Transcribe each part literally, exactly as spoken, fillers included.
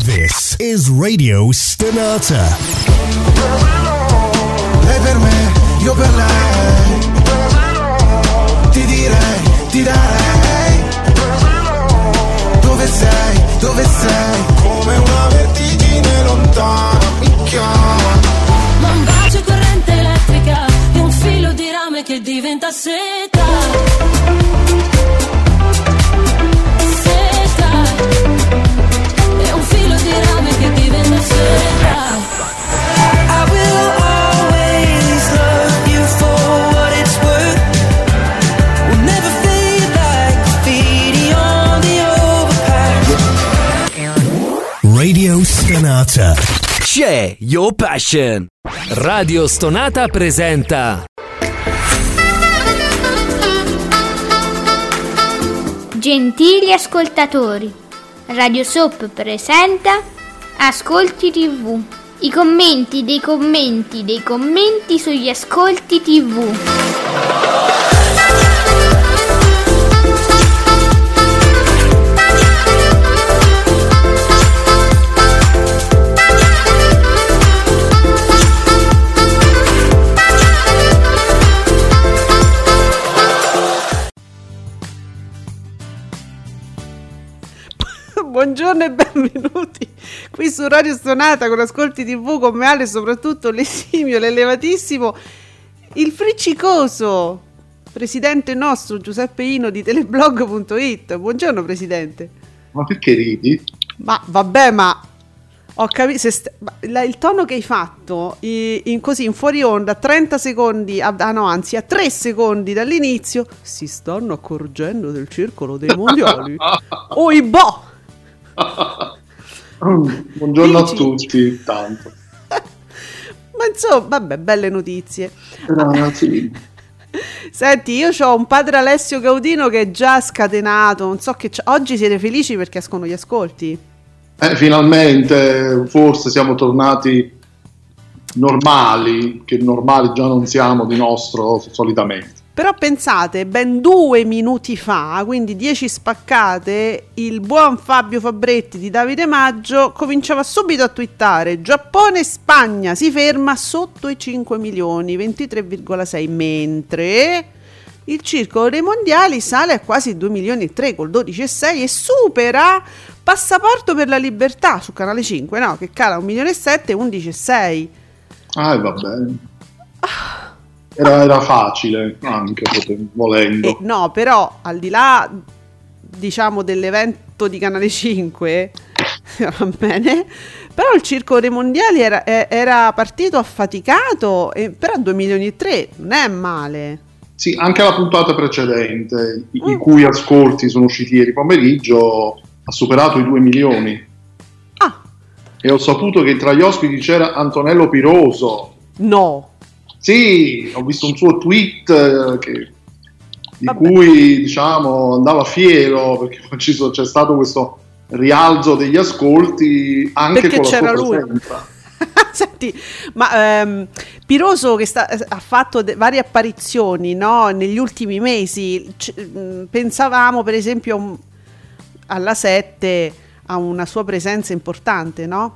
This is Radio Stonata. Lei per me, io per lei. Ti direi, ti darei. Dove sei, dove sei? Come una vertigine lontana mi chiama. Ma un bacio corrente elettrica e un filo di rame che diventa seta. Seta. E un filo di rame che diventa seta. I will always love you for what it's worth. We'll never fade like graffiti on the overpass. Radio Stonata. C'è Your Passion. Radio Stonata presenta Gentili ascoltatori, Radio Soap presenta Ascolti tivù. I commenti dei commenti dei commenti sugli ascolti tivù. Buongiorno e benvenuti qui su Radio Stonata con Ascolti tivù con me Ale, soprattutto l'esimio, l'elevatissimo, il friccicoso presidente nostro Giuseppe Ino di teleblog punto it. Buongiorno presidente. Ma perché ridi? Ma vabbè, ma ho capito se st- la, il tono che hai fatto in, in così in fuori onda a trenta secondi, a, ah no anzi a tre secondi dall'inizio, si stanno accorgendo del circolo dei mondiali. Oi boh. Buongiorno Dici? a tutti, tanto. Ma insomma, vabbè, belle notizie. Ah, sì. Senti, io ho un padre Alessio Gaudino che è già scatenato, non so che c'è. Oggi siete felici perché escono gli ascolti? Eh, finalmente, forse siamo tornati normali, che normali già non siamo di nostro solitamente. Però pensate, ben due minuti fa, quindi dieci spaccate, il buon Fabio Fabretti di Davide Maggio cominciava subito a twittare: Giappone e Spagna si ferma sotto i cinque milioni, ventitré virgola sei, mentre il circolo dei mondiali sale a quasi due milioni e tre col dodici virgola sei e supera Passaporto per la libertà su Canale cinque, no? Che cala un milione e sette e undici virgola sei. Ah, va bene. Era, era facile anche volendo. Eh, no, però al di là, diciamo, dell'evento di Canale cinque, va bene, però il circolo dei mondiali era, era partito affaticato, e però due milioni e tre non è male. Sì, anche la puntata precedente, i, Mm. i cui ascolti sono usciti ieri pomeriggio, ha superato i due milioni. Ah, E ho saputo che tra gli ospiti c'era Antonello Piroso. no. Sì, ho visto un suo tweet eh, che, di Vabbè. cui diciamo andava fiero perché ci so- c'è stato questo rialzo degli ascolti anche Perché con la c'era sua lui. presenza. Senti, ma ehm, Piroso che sta, ha fatto de- varie apparizioni, no, negli ultimi mesi. C- mh, pensavamo per esempio a un- alla sette a una sua presenza importante, no?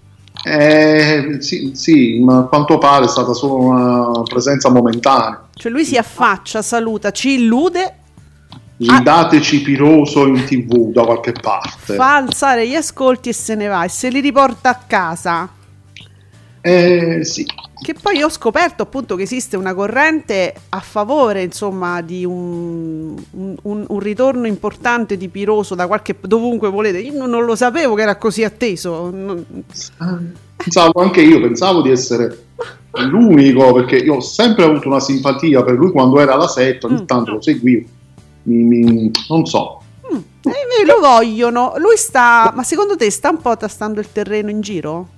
Eh, sì, sì, ma a quanto pare è stata solo una presenza momentanea. Cioè lui si affaccia, saluta, ci illude, Ridateci Piroso in tv da qualche parte. fa alzare gli ascolti e se ne va e se li riporta a casa. Eh, sì. Che poi ho scoperto appunto che esiste una corrente a favore, insomma, di un, un, un- un ritorno importante di Piroso da qualche, dovunque volete. Io non, non lo sapevo che era così atteso. Non- Pensavo anche io, pensavo di essere l'unico, perché io ho sempre avuto una simpatia per lui quando era alla setta, ogni Mm. tanto lo seguivo, mi, mi- non so. Mm, eh, lo vogliono. Lui sta, ma secondo te sta un po' tastando il terreno in giro?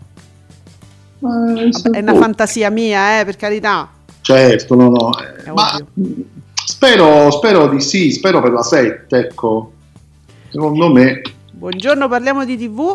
Eh, Vabbè, è una fantasia mia, eh, per carità. Certo, no, no. eh, È ma ovvio. mh, spero, spero di sì, spero per la sette, ecco. Secondo me. Buongiorno, parliamo di tivù.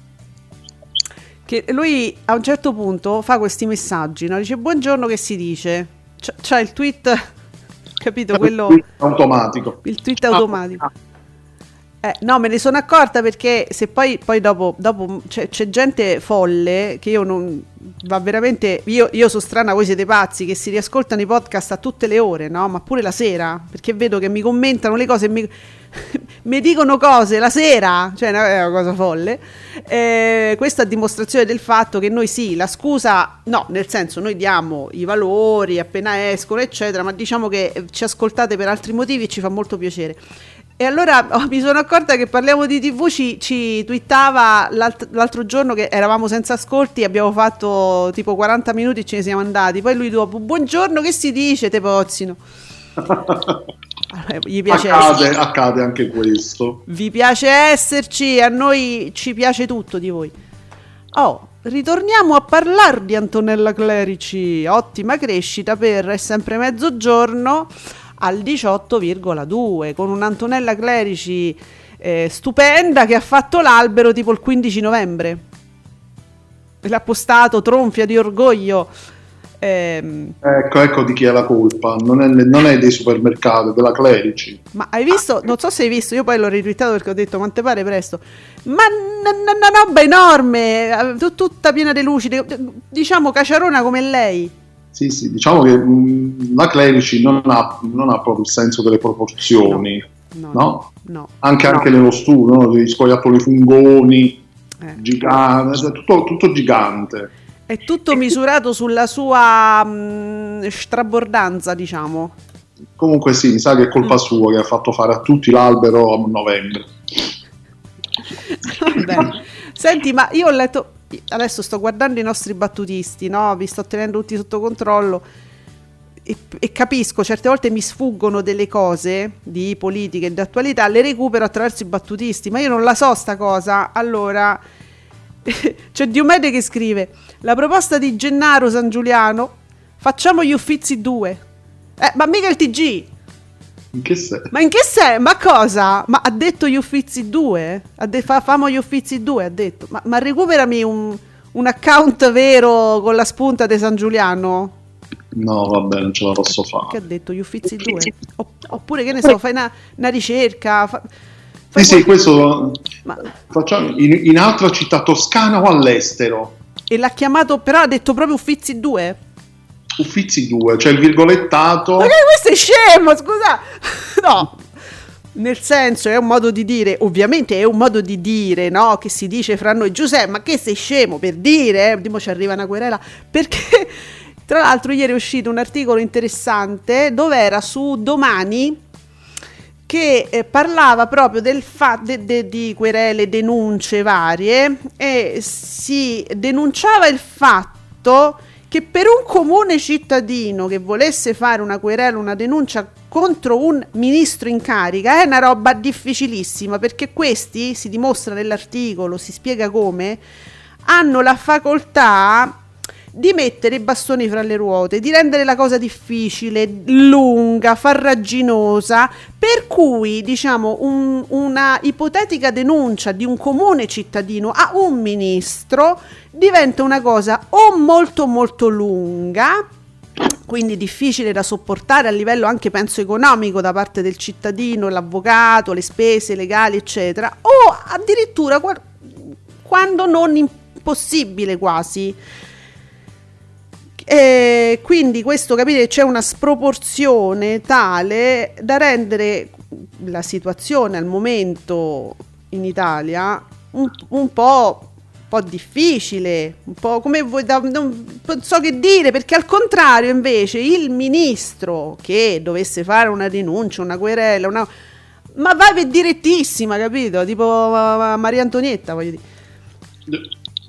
Che lui a un certo punto fa questi messaggi, no? Dice buongiorno, che si dice? C'ha, c'ha il tweet, capito? Quello, Automatico. il tweet automatico. Eh, no, me ne sono accorta perché se poi, poi dopo, dopo c'è, c'è gente folle che io non va veramente. Io, io sono strana, voi siete pazzi che si riascoltano i podcast a tutte le ore, no? Ma pure la sera, perché vedo che mi commentano le cose e mi, mi dicono cose la sera, cioè è una cosa folle. Eh, questa è dimostrazione del fatto che noi sì, la scusa, no, nel senso noi diamo i valori appena escono, eccetera, ma diciamo che ci ascoltate per altri motivi e ci fa molto piacere. E allora oh, mi sono accorta che parliamo di tivù, ci, ci twittava l'alt- l'altro giorno che eravamo senza ascolti, abbiamo fatto tipo quaranta minuti e ce ne siamo andati, poi lui dopo, buongiorno, che si dice, te pozzino. Allora, gli piace accade, accade anche questo. Vi piace esserci, a noi ci piace tutto di voi. Oh, ritorniamo a parlare di Antonella Clerici, ottima crescita per È sempre mezzogiorno al diciotto virgola due, con un'Antonella Clerici eh, stupenda che ha fatto l'albero tipo il quindici novembre, l'ha postato tronfia di orgoglio. ehm. Ecco, ecco di chi è la colpa, non è, non è dei supermercati, è della Clerici. Ma hai visto, non so se hai visto, io poi l'ho ritwittato perché ho detto ma te pare presto, ma una roba enorme, t- tutta piena di luci, diciamo caciarona come lei. Sì, sì, diciamo che mh, la Clerici non ha, non ha proprio il senso delle proporzioni, no? no? no, no anche, no. anche nello studio, no? Degli scoiattoli fungoni, eh. gigante, tutto, tutto gigante. È tutto misurato sulla sua mh, strabordanza, diciamo. Comunque sì, mi sa che è colpa Mm. sua che ha fatto fare a tutti l'albero a novembre. Vabbè. Senti, ma io ho letto, adesso sto guardando i nostri battutisti, no? Vi sto tenendo tutti sotto controllo e, e capisco, certe volte mi sfuggono delle cose di politica e di attualità, le recupero attraverso i battutisti, ma io non la so sta cosa. Allora c'è Diomede che scrive: la proposta di Gennaro San Giuliano, facciamo gli Uffizi due. Eh, ma mica il T G. In che senso? Ma in che senso? Ma cosa? Ma ha detto gli Uffizi due? Ha de- fa- famo gli Uffizi due, ha detto. Ma, ma recuperami un, un account vero con la spunta di San Giuliano? No, vabbè, non ce la posso fare. Che ha detto gli Uffizi due? Opp- oppure che ne so, fai una, una ricerca. Fa- Sì, sì, questo Ma- facciamo in, in altra città toscana o all'estero. E l'ha chiamato, però ha detto proprio Uffizi due? Uffizi due, cioè il virgolettato. Ma che questo è scemo, scusa. No, nel senso è un modo di dire, ovviamente è un modo di dire, no? Che si dice fra noi. Giuseppe, ma che sei scemo per dire? Eh? Dimo ci arriva una querela. Perché tra l'altro ieri è uscito un articolo interessante dove era su Domani che eh, parlava proprio del fatto de- de- di querele, denunce varie, e si denunciava il fatto che per un comune cittadino che volesse fare una querela, una denuncia contro un ministro in carica è una roba difficilissima, perché questi, si dimostra nell'articolo, si spiega come, hanno la facoltà di mettere i bastoni fra le ruote, di rendere la cosa difficile, lunga, farraginosa, per cui diciamo un, una ipotetica denuncia di un comune cittadino a un ministro diventa una cosa o molto molto lunga, quindi difficile da sopportare a livello anche penso economico da parte del cittadino, l'avvocato, le spese legali eccetera, o addirittura quando non impossibile quasi. E quindi questo, capite, c'è una sproporzione tale da rendere la situazione al momento in Italia un, un po', un po' difficile, un po' come vuoi, da, non, non so che dire, perché al contrario invece il ministro che dovesse fare una denuncia, una querela, una, ma vai per direttissima, capito? Tipo uh, Maria Antonietta, voglio dire.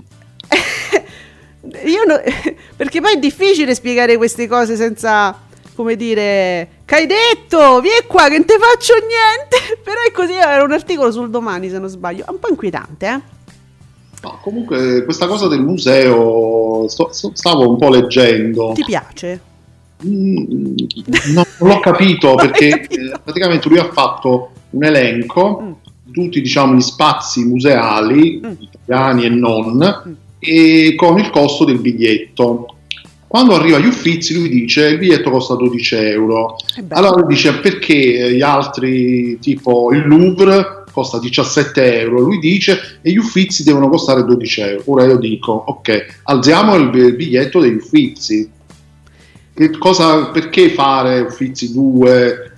Io no, perché poi è difficile spiegare queste cose senza, come dire, che hai detto, vieni qua che non te faccio niente. Però è così, era un articolo sul Domani se non sbaglio, è un po' inquietante, eh? No, comunque questa cosa del museo sto, stavo un po' leggendo. Ti piace? Mm, no, non l'ho capito Non perché capito. eh, praticamente lui ha fatto un elenco Mm. di tutti, diciamo, gli spazi museali Mm. italiani e non, Mm. e con il costo del biglietto. Quando arriva agli Uffizi lui dice il biglietto costa dodici euro. Eh beh. Allora lui dice perché gli altri, tipo il Louvre, costa diciassette euro, lui dice, e gli Uffizi devono costare dodici euro. Ora io dico, ok, alziamo il biglietto degli Uffizi. Che cosa, perché fare Uffizi due?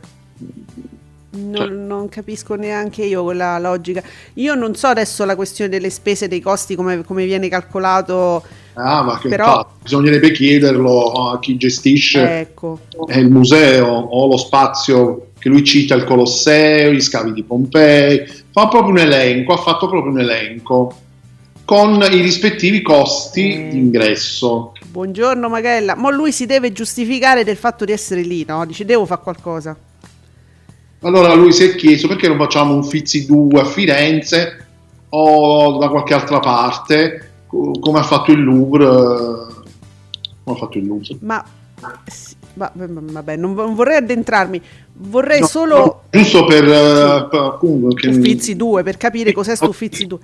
Non, Cioè. non capisco neanche io quella logica. Io non so adesso la questione delle spese, dei costi, come, come viene calcolato. Ah, ma che Però- infatti, bisognerebbe chiederlo a chi gestisce Ecco. è il museo o lo spazio che lui cita, il Colosseo, gli scavi di Pompei. Fa proprio un elenco, ha fatto proprio un elenco con i rispettivi costi Eh. di ingresso. Buongiorno Magella. Ma lui si deve giustificare del fatto di essere lì, no? Dice devo fare qualcosa. Allora lui si è chiesto perché non facciamo un Uffizi due a Firenze o da qualche altra parte, co- come ha fatto il Louvre. eh, Come ha fatto il Louvre. Ma sì, va- vabbè, non, non vorrei addentrarmi. Vorrei No, solo no, giusto per, eh, per, appunto, che- Uffizi due per capire cos'è sto Uffizi due.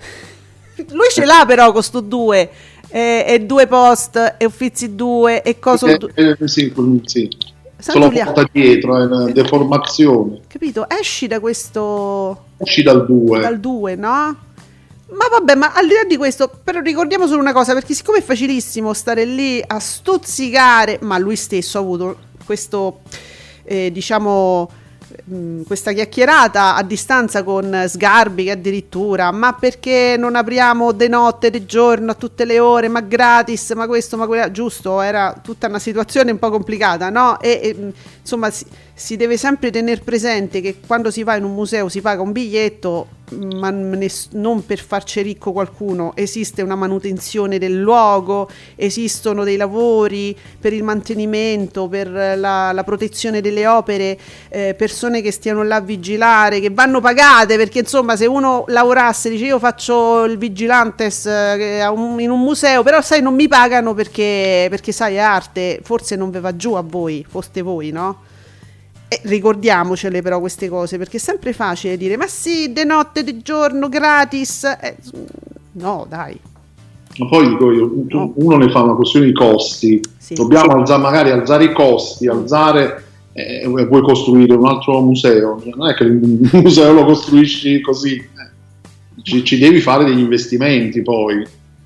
Lui ce l'ha però con sto due. E, e due post e Uffizi due e cosa Eh, eh, sì, quel- sì. Se lo Giulia. porta dietro, è una deformazione. Capito? Esci da questo Esci dal due. dal due, no? Ma vabbè, ma al di là di questo, però ricordiamo solo una cosa, perché siccome è facilissimo stare lì a stuzzicare, ma lui stesso ha avuto questo, eh, diciamo, mh, questa chiacchierata a distanza con Sgarbi, che addirittura, ma perché non apriamo de notte, de giorno, a tutte le ore, ma gratis, ma questo, ma quello, giusto, era tutta una situazione un po' complicata, no? E, e, mh, insomma, si, si deve sempre tenere presente che quando si va in un museo si paga un biglietto, ma ness- non per farci ricco qualcuno, esiste una manutenzione del luogo, esistono dei lavori per il mantenimento, per la, la protezione delle opere, eh, persone che stiano là a vigilare, che vanno pagate, perché insomma se uno lavorasse, dice io faccio il vigilantes eh, a un- in un museo, però sai non mi pagano perché, perché sai è arte, forse non ve va giù a voi, foste voi, no? E ricordiamocele però queste cose, perché è sempre facile dire ma sì, de notte, di giorno, gratis. Eh, no, dai. Ma poi dico io, tu- No. uno ne fa una questione di costi. Sì. Dobbiamo alzare, magari alzare i costi, alzare eh, e vuoi costruire un altro museo. Non è che il museo lo costruisci così. eh. Ci, ci devi fare degli investimenti poi.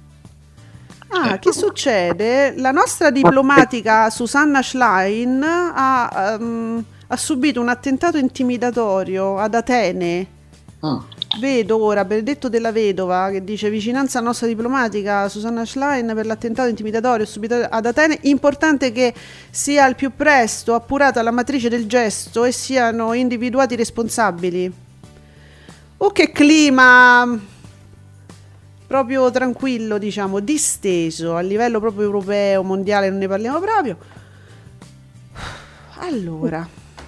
Ah, che succede? La nostra diplomatica Susanna Schlein ha, ehm, ha subito un attentato intimidatorio ad Atene. Ah, Vedo ora, Benedetto della Vedova, che dice vicinanza alla nostra diplomatica Susanna Schlein per l'attentato intimidatorio subito ad Atene. Importante che sia al più presto appurata la matrice del gesto e siano individuati i responsabili. Oh, che clima proprio tranquillo, diciamo, disteso a livello proprio europeo, mondiale, non ne parliamo proprio. Allora,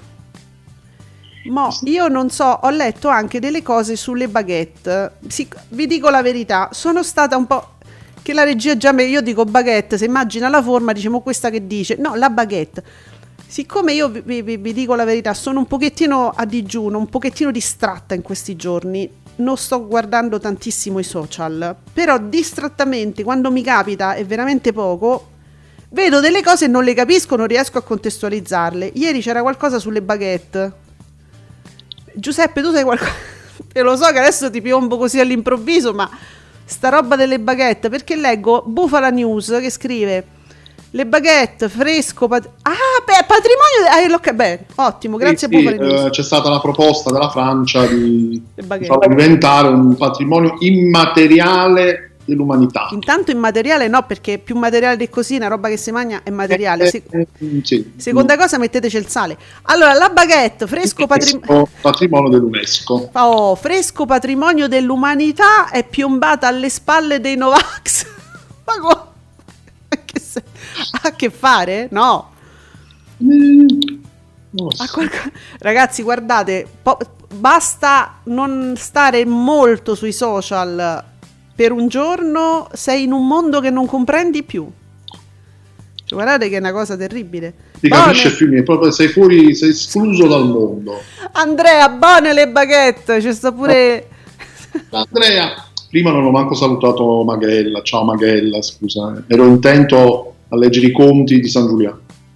mo io non so, ho letto anche delle cose sulle baguette. Sì, vi dico la verità, sono stata un po' che la regia già me, io dico baguette, se immagina la forma, diciamo questa che dice, no, la baguette. Siccome io vi, vi, vi dico la verità, sono un pochettino a digiuno, un pochettino distratta in questi giorni, non sto guardando tantissimo i social, però distrattamente, quando mi capita, è veramente poco, vedo delle cose e non le capisco, non riesco a contestualizzarle. Ieri c'era qualcosa sulle baguette. Giuseppe, tu sai qualcosa? E lo so che adesso ti piombo così all'improvviso, ma sta roba delle baguette, perché leggo Bufala News che scrive le baguette fresco pat- ah beh patrimonio ah, l'ho ca- beh, ottimo, grazie sì, a sì, Bufala News. eh, c'è stata la proposta della Francia di Le baguette. farlo diventare un patrimonio immateriale dell'umanità. Intanto immateriale no, perché più materiale di così, una roba che si mangia è materiale. Se- Eh, eh, sì. seconda cosa, metteteci il sale. Allora, la baguette fresco patrimonio Fresco patrimonio dell'UNESCO. oh, fresco patrimonio dell'umanità è piombata alle spalle dei Novax. Ma co- che se- ha a che fare? No. Mm, non lo so. Ha qualco- Ragazzi, guardate, po- basta non stare molto sui social per un giorno, sei in un mondo che non comprendi più. Cioè, guardate che è una cosa terribile. Ti Buone- capisce più niente, proprio sei fuori, sei escluso dal mondo. Andrea, buone le baguette, c'è sta pure... Andrea, prima non ho manco salutato Maghella. Ciao Maghella, scusa, ero intento a leggere i conti di San Giuliano.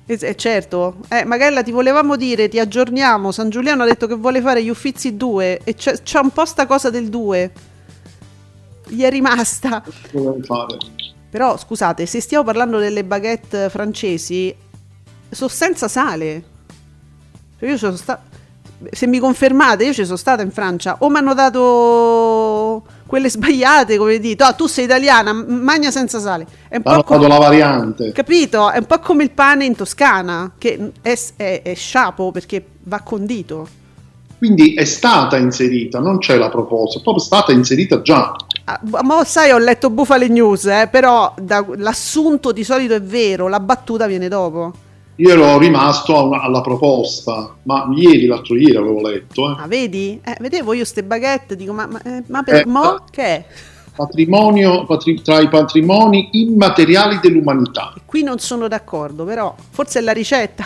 Eh, eh, certo, eh, Magella, ti volevamo dire, ti aggiorniamo. San Giuliano ha detto che vuole fare gli Uffizi due e c'è, c'è un po' sta cosa del due. Gli è rimasta. Fare. Però scusate, se stiamo parlando delle baguette francesi, sono senza sale. Io sono sta- se mi confermate, io ci sono stata in Francia. O mi hanno dato quelle sbagliate, come dite, oh, tu sei italiana, magna senza sale. È un Hanno po' come, dato la variante. capito? È un po' come il pane in Toscana, che è, è, è sciapo perché va condito. Quindi è stata inserita, non c'è la proposta, è proprio stata inserita già. Ah, ma sai, ho letto Bufale News, eh, però da, l'assunto di solito è vero, la battuta viene dopo. Io ero rimasto a una- alla proposta, ma ieri, l'altro ieri avevo letto. Eh. Ah, vedi? Eh, vedevo io ste baguette, dico, ma, ma, eh, ma per Eh, mo che è? Patrimonio, patri- tra i patrimoni immateriali dell'umanità. Qui non sono d'accordo, però forse è la ricetta.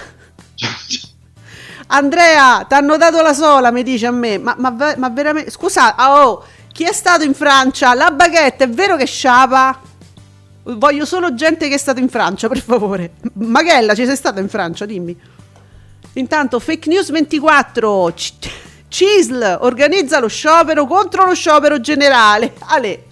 Andrea, ti hanno dato la sola, mi dice a me, ma, ma, ve- ma veramente, scusa, ah, oh, chi è stato in Francia? La baguette, è vero che sciapa? Voglio solo gente che è stata in Francia, per favore. Magella, ci sei stata in Francia, dimmi. Intanto, Fake News ventiquattro, C- Cisl organizza lo sciopero contro lo sciopero generale. Ale.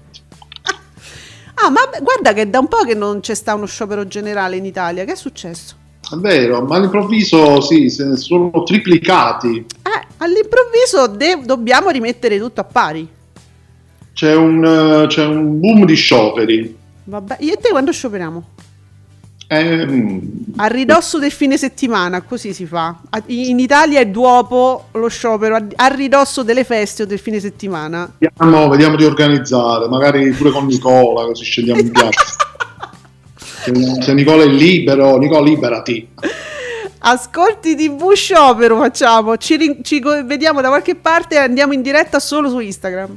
Ah, ma guarda che è da un po' che non c'è sta uno sciopero generale in Italia, che è successo? È vero, ma all'improvviso sì, se ne sono triplicati. Eh, all'improvviso de- dobbiamo rimettere tutto a pari. C'è un, eh, c'è un boom di scioperi. Vabbè, io e te quando scioperiamo? Ehm, A ridosso del fine settimana, così si fa. A- In Italia è dopo lo sciopero, a a ridosso delle feste o del fine settimana. vediamo, vediamo di organizzare, magari pure con Nicola, così scendiamo in piazza. Se, se Nicola è libero, Nicola liberati. Ascolti tivù sciopero facciamo. Ci, rin- ci co- vediamo da qualche parte e andiamo in diretta solo su Instagram.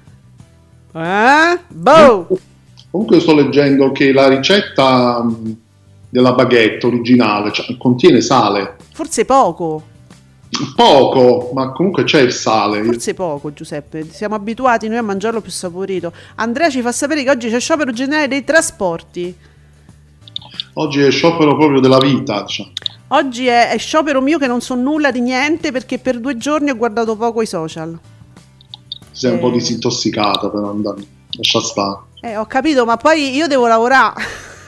Eh? Boh! Comunque sto leggendo che la ricetta mh, della baguette originale cioè, contiene sale. Forse poco. Poco, ma comunque c'è il sale. Forse poco, Giuseppe. Siamo abituati noi a mangiarlo più saporito. Andrea ci fa sapere che oggi c'è sciopero generale dei trasporti. Oggi è sciopero proprio della vita, diciamo. Oggi è, è sciopero mio che non so nulla di niente perché per due giorni ho guardato poco i social. Sei un Eh. po' disintossicata per andare. Lascia stare. Eh, ho capito, ma poi io devo lavorare.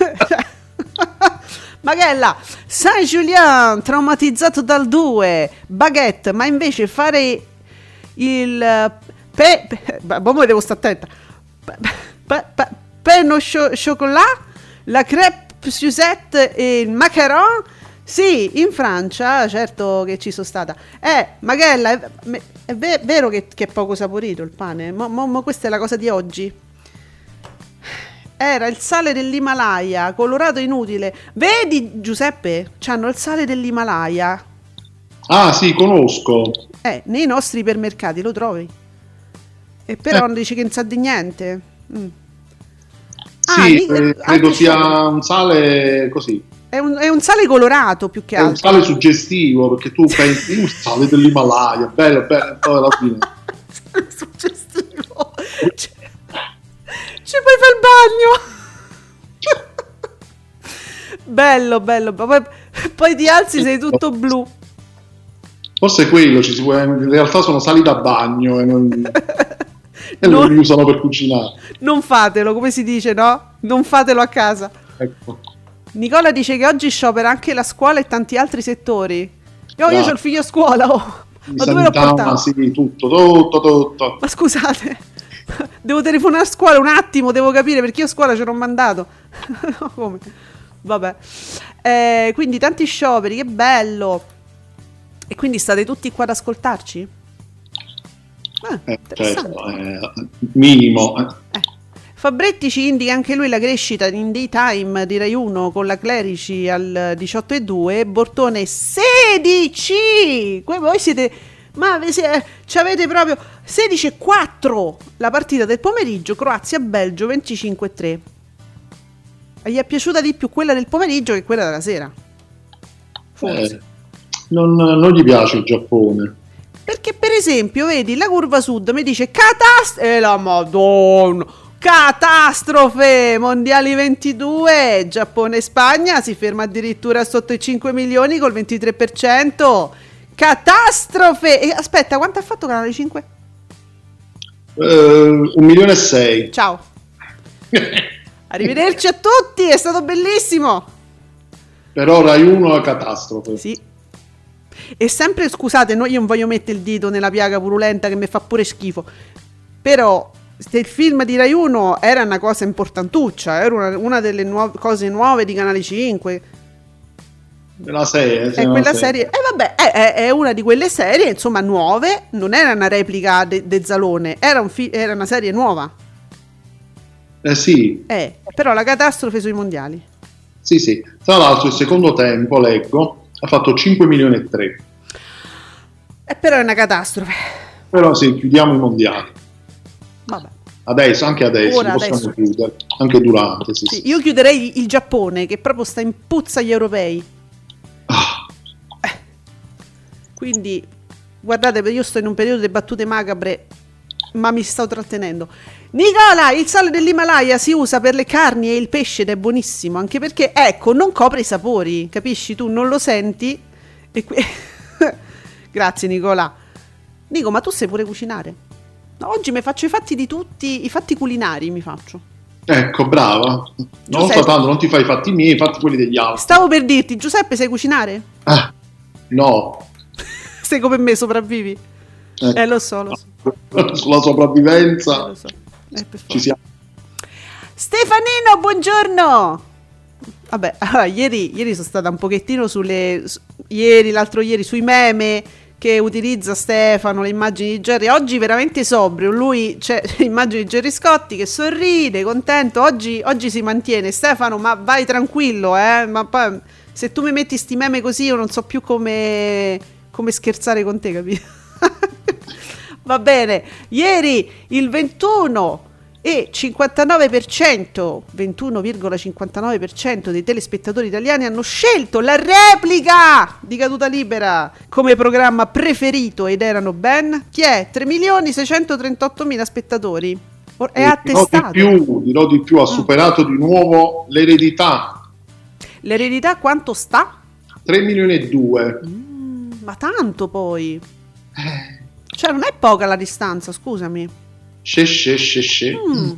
Magella, Saint-Julien traumatizzato dal due, baguette, ma invece fare il pe, pe, ma mo devo stare attenta. Pe, pe, pe, pain au cho- chocolat, la crêpe Suzette e il macaron. Sì, in Francia, certo che ci sono stata. Eh, Magella, è, è ve- vero che, che è poco saporito il pane? Mo, mo, mo questa è la cosa di oggi. Era il sale dell'Himalaya, colorato inutile. Vedi, Giuseppe? C'hanno il sale dell'Himalaya. Ah, sì, conosco. Eh, nei nostri ipermercati lo trovi. E però Eh. dici che non sa di niente. Mm. Ah, Sì, mi- eh, credo altri sia scioperi. un sale così. È un, è un sale colorato più che È un altro. sale suggestivo perché tu pensi un sale dell'Himalaya, bello, bello, poi alla fine. Suggestivo. Ci, ci puoi fare il bagno. Bello, bello. Poi, poi ti alzi, sei tutto blu. Forse è quello, ci si può, in realtà sono sali da bagno e non, e non Non- li usano per cucinare. Non fatelo, come si dice, no? Non fatelo a casa. Ecco. Nicola dice che oggi sciopera anche la scuola e tanti altri settori. Oh, io Ah. ho il figlio a scuola, oh. Ma dove l'ho Sanità, portato? sì, tutto, tutto, tutto. Ma scusate, devo telefonare a scuola un attimo, devo capire perché io a scuola ce l'ho mandato. No, come? Vabbè. Eh, quindi tanti scioperi, che bello. E quindi state tutti qua ad ascoltarci? Ah, Eh, interessante. certo, eh, minimo. eh. Eh. Fabretti ci indica anche lui la crescita in daytime di Rai uno con la Clerici al diciotto e due, Bortone sedici. Que- Voi siete, ma ve- se- ci avete proprio sedici e quattro la partita del pomeriggio, Croazia-Belgio venticinque e tre. E gli è piaciuta di più quella del pomeriggio che quella della sera? Forse. Eh, non, non gli piace il Giappone. Perché per esempio, vedi, la curva sud mi dice catastrofe, e la madonna, Catastrofe! Mondiali ventidue, Giappone e Spagna si ferma addirittura sotto i cinque milioni col ventitré per cento. Catastrofe! E aspetta, quanto ha fatto Canale cinque? Uh, un milione e sei. Ciao. Arrivederci a tutti, è stato bellissimo. Però Rai uno è catastrofe. Sì. E sempre, scusate, no, io non voglio mettere il dito nella piaga purulenta che mi fa pure schifo, però se il film di Rai uno era una cosa importantuccia, era una, una delle nuove, cose nuove di Canale cinque. La serie, è quella serie, e eh, vabbè, è, è, è una di quelle serie, insomma, nuove, non era una replica de, de Zalone, era, un fi- era una serie nuova. Eh sì. Eh, però la catastrofe sui mondiali. Sì, sì. Tra l'altro il secondo tempo, leggo, ha fatto cinque milioni e tre. E però è una catastrofe. Però sì, chiudiamo i mondiali. Vabbè. Adesso, anche adesso, Ora, possiamo adesso. chiudere. Anche durante, sì, Sì, sì. io chiuderei il Giappone, che proprio sta in puzza agli europei. Ah, Eh. Quindi, guardate, io sto in un periodo di battute macabre, ma mi sto trattenendo. Nicola, il sale dell'Himalaya si usa per le carni e il pesce ed è buonissimo, anche perché, ecco, non copre i sapori, capisci? Tu non lo senti e qui... Grazie Nicola. Nico, ma tu sai pure cucinare? No, oggi mi faccio i fatti di tutti, i fatti culinari mi faccio. ecco, brava. Non Giuseppe. sto tanto, non ti fai i fatti miei, fatti quelli degli altri. Stavo per dirti, Giuseppe, sai cucinare? Ah, no. Sei come me, sopravvivi? Eh, Eh, lo so, lo so. Sulla Eh, sopravvivenza lo so. Eh, per ci forza. siamo. Stefanino, buongiorno. Vabbè, allora, ieri, ieri sono stata un pochettino sulle... su- ieri, l'altro ieri, sui meme che utilizza Stefano, le immagini di Gerry. Oggi veramente sobrio, lui, c'è l'immagine di Gerry Scotti che sorride, contento. Oggi, oggi si mantiene. Stefano, ma vai tranquillo, eh. Ma poi, se tu mi metti sti meme così, io non so più come, come scherzare con te, capito? Va bene. Ieri il ventuno e cinquantanove per cento, ventuno virgola cinquantanove per cento dei telespettatori italiani hanno scelto la replica di Caduta Libera come programma preferito, ed erano ben, chi è? tre milioni seicentotrentotto mila spettatori. Or- è E attestato. Dirò di più, dirò di più, ha superato di nuovo l'eredità. L'eredità quanto sta? tre milioni e due. Mm, ma tanto poi. Cioè non è poca la distanza, scusami. Sce, sce, sce, sce. Mm.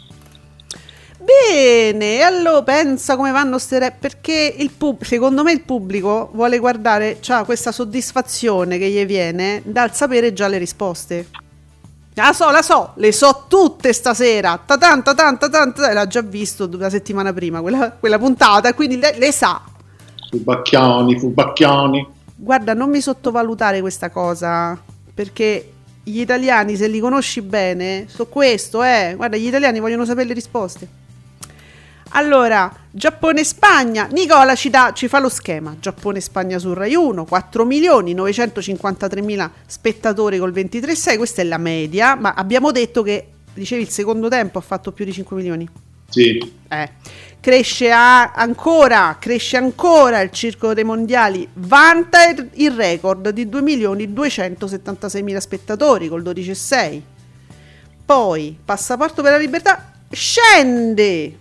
Bene, allora pensa come vanno ste re- perché il pub- secondo me il pubblico vuole guardare, c'ha questa soddisfazione che gli viene dal sapere già le risposte. La so, la so, le so tutte stasera. Ta-tan, ta-tan, ta-tan, ta-tan. L'ha già visto la settimana prima quella, quella puntata, quindi le, le sa. Fubacchioni, fubacchioni. Guarda, non mi sottovalutare questa cosa, perché gli italiani, se li conosci bene, so questo, eh. Guarda, gli italiani vogliono sapere le risposte. Allora, Giappone-Spagna. Nicola ci, dà, ci fa lo schema. Giappone-Spagna su Rai uno, quattro milioni novecentocinquantatré mila spettatori col ventitré virgola sei. Questa è la media, ma abbiamo detto che, dicevi, il secondo tempo ha fatto più di cinque milioni. Sì. Eh. Cresce a- ancora, cresce ancora il Circolo dei Mondiali, vanta il, il record di due milioni duecentosettantasei mila spettatori col dodici virgola sei. Poi Passaporto per la Libertà scende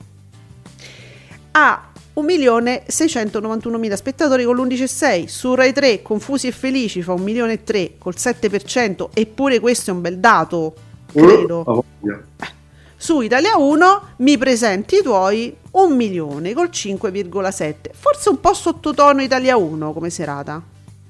a un milione seicentonovantuno mila spettatori con l'undici virgola sei. Su Rai tre Confusi e Felici fa un milione e tre col sette per cento, eppure questo è un bel dato, credo. Uh, voglia. Su Italia uno Mi presenti i tuoi, un milione col cinque virgola sette. Forse un po' sottotono Italia uno come serata.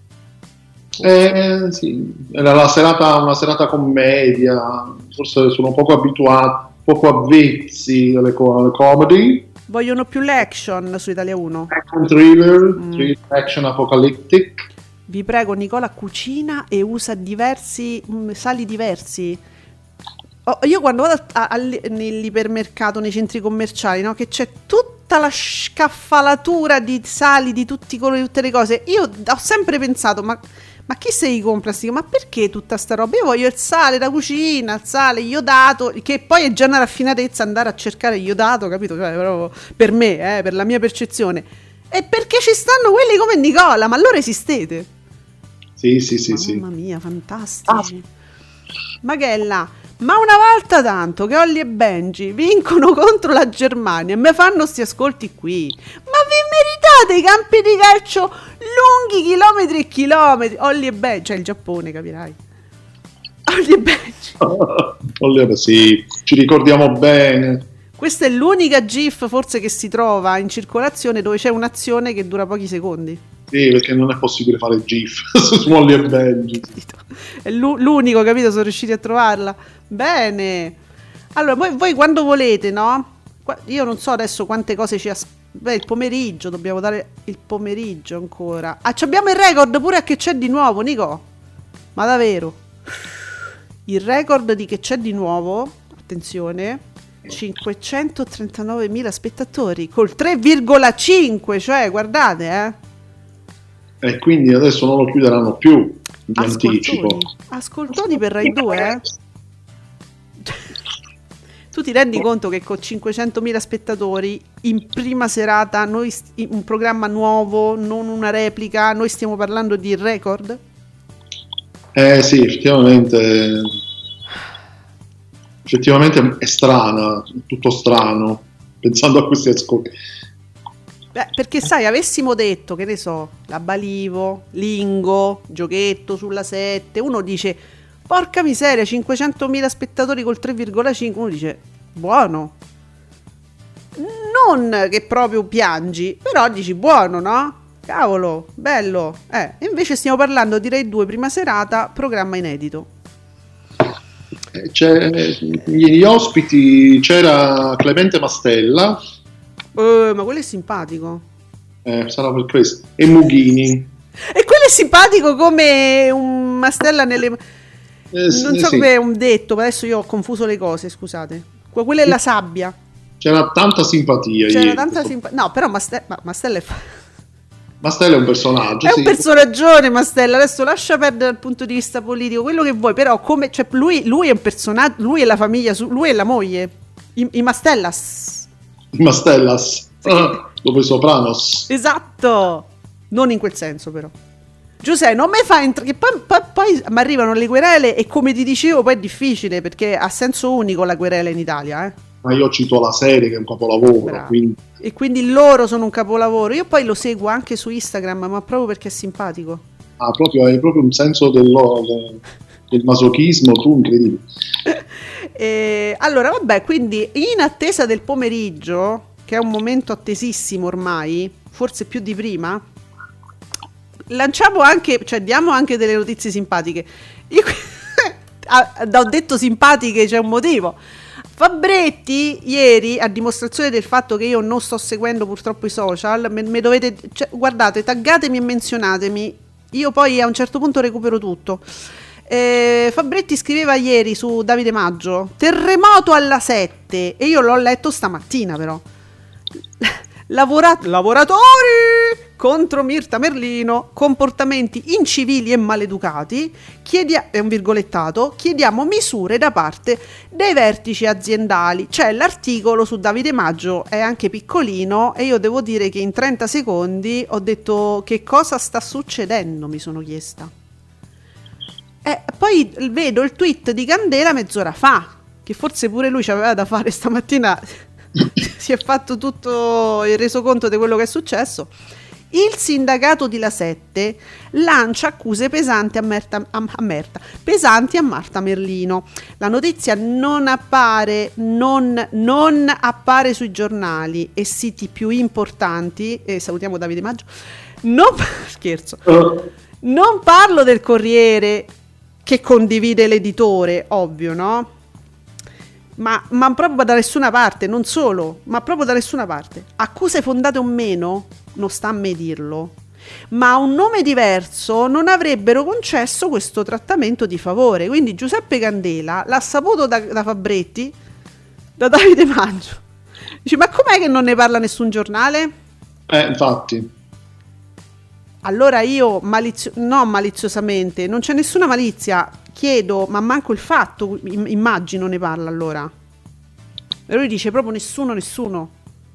Eh, sì, era la serata, una serata commedia, forse sono poco abituati, poco avvezzi alle, co- alle comedy. Vogliono più l'action su Italia uno. Action thriller, Mm. thriller action apocalyptic. Vi prego, Nicola cucina e usa diversi mm, sali diversi. Oh, io quando vado a- a- nell'ipermercato, nei centri commerciali, no, che c'è tutta la scaffalatura di sali di tutti i colori, tutte le cose, io ho sempre pensato, ma, ma chi se li compra? sti- Ma perché tutta sta roba? Io voglio il sale da cucina, il sale iodato, che poi è già una raffinatezza andare a cercare iodato, capito? Cioè, proprio per me, eh, per la mia percezione. E perché ci stanno quelli come Nicola? Ma allora esistete? Sì, sì, sì, sì. Mamma mia, fantastici. Maghella, Ma una volta tanto che Olli e Benji vincono contro la Germania e mi fanno sti ascolti qui, ma vi meritate i campi di calcio lunghi chilometri e chilometri? Olli e Benji, cioè il Giappone, capirai. Olli e Benji. Olli, sì, ci ricordiamo bene. Questa è l'unica GIF forse che si trova in circolazione dove c'è un'azione che dura pochi secondi. Sì, perché non è possibile fare GIF su Olli e Benji. È l'unico, capito? Sono riusciti a trovarla. Bene. Allora, voi, voi quando volete, no? Io non so adesso quante cose ci aspetta. Beh, il pomeriggio, dobbiamo dare il pomeriggio ancora. Ah, abbiamo il record pure a che c'è di nuovo, Nico. Ma davvero? Il record di che c'è di nuovo, attenzione, cinquecentotrentanovanomila spettatori col tre virgola cinque, cioè guardate, eh. E quindi adesso non lo chiuderanno più in Ascoltoni. anticipo. Ascoltoni per Rai due, eh? Tu ti rendi conto che con cinquecentomila spettatori in prima serata, noi st- un programma nuovo, non una replica, noi stiamo parlando di record? Eh sì, effettivamente effettivamente è strana, tutto strano, pensando a questi ascolti. Beh, perché sai, avessimo detto, che ne so, la Balivo, Lingo, Giochetto sulla sette, uno dice, porca miseria, cinquecentomila spettatori col tre virgola cinque, uno dice, buono. Non che proprio piangi, però dici, buono, no? Cavolo, bello. Eh, invece stiamo parlando di Rai due prima serata, programma inedito. C'è, gli ospiti c'era Clemente Mastella. Uh, ma quello è simpatico. Eh, sarà per questo. E Mughini. E quello è simpatico come un Mastella nelle... Eh, non so sì. come è un detto, ma adesso io ho confuso le cose, scusate. Que- Quella è la sabbia. C'era tanta simpatia. C'era ieri. tanta simpatia. No, però Maste- ma Mastella è... Fa- Mastella è un personaggio. è sì. un personaggione, Mastella. Adesso lascia perdere dal punto di vista politico quello che vuoi, però come... Cioè, lui, lui è un personaggio, lui è la famiglia, su- lui è la moglie. I, i Mastellas. Mastellas, ah, dopo i Sopranos. Esatto, non in quel senso però. Giuseppe, non mi fa entrare, che poi, poi, poi mi arrivano le querele e come ti dicevo poi è difficile perché ha senso unico la querela in Italia, eh. Ma io cito la serie che è un capolavoro, quindi... E quindi loro sono un capolavoro. Io poi lo seguo anche su Instagram, ma proprio perché è simpatico. Ah, proprio, hai proprio un senso dello, del, del masochismo, tu incredibile. E, allora vabbè, quindi in attesa del pomeriggio, che è un momento attesissimo ormai, forse più di prima, lanciamo anche, cioè diamo anche delle notizie simpatiche. Io ho detto simpatiche, c'è un motivo. Fabretti ieri, a dimostrazione del fatto che io non sto seguendo purtroppo i social, me, me dovete, cioè, guardate, taggatemi e menzionatemi, io poi a un certo punto recupero tutto. Eh, Fabretti scriveva ieri su Davide Maggio, terremoto alla sette, e io l'ho letto stamattina però. Lavora- lavoratori contro Mirta Merlino, comportamenti incivili e maleducati, chiedia- è un virgolettato, chiediamo misure da parte dei vertici aziendali. C'è l'articolo su Davide Maggio, è anche piccolino e io devo dire che in trenta secondi ho detto che cosa sta succedendo, mi sono chiesta. E poi vedo il tweet di Candela mezz'ora fa, che forse pure lui ci aveva da fare stamattina. Si è fatto tutto il resoconto di quello che è successo. Il sindacato di La Sette lancia accuse pesanti a Merta, a, a Merta, pesanti a Marta Merlino. La notizia non appare, non, non appare sui giornali e siti più importanti. E salutiamo Davide Maggio. Non, scherzo. Non parlo del Corriere che condivide l'editore, ovvio, no? Ma, ma proprio da nessuna parte, non solo, ma proprio da nessuna parte. Accuse fondate o meno, non sta a me dirlo, ma a un nome diverso non avrebbero concesso questo trattamento di favore. Quindi Giuseppe Candela l'ha saputo da, da Fabretti, da Davide Maggio. Dice, ma com'è che non ne parla nessun giornale? Eh, infatti. Allora io, malizio- no maliziosamente, non c'è nessuna malizia, chiedo, ma manco il fatto, immagino ne parla allora. E lui dice proprio nessuno, nessuno.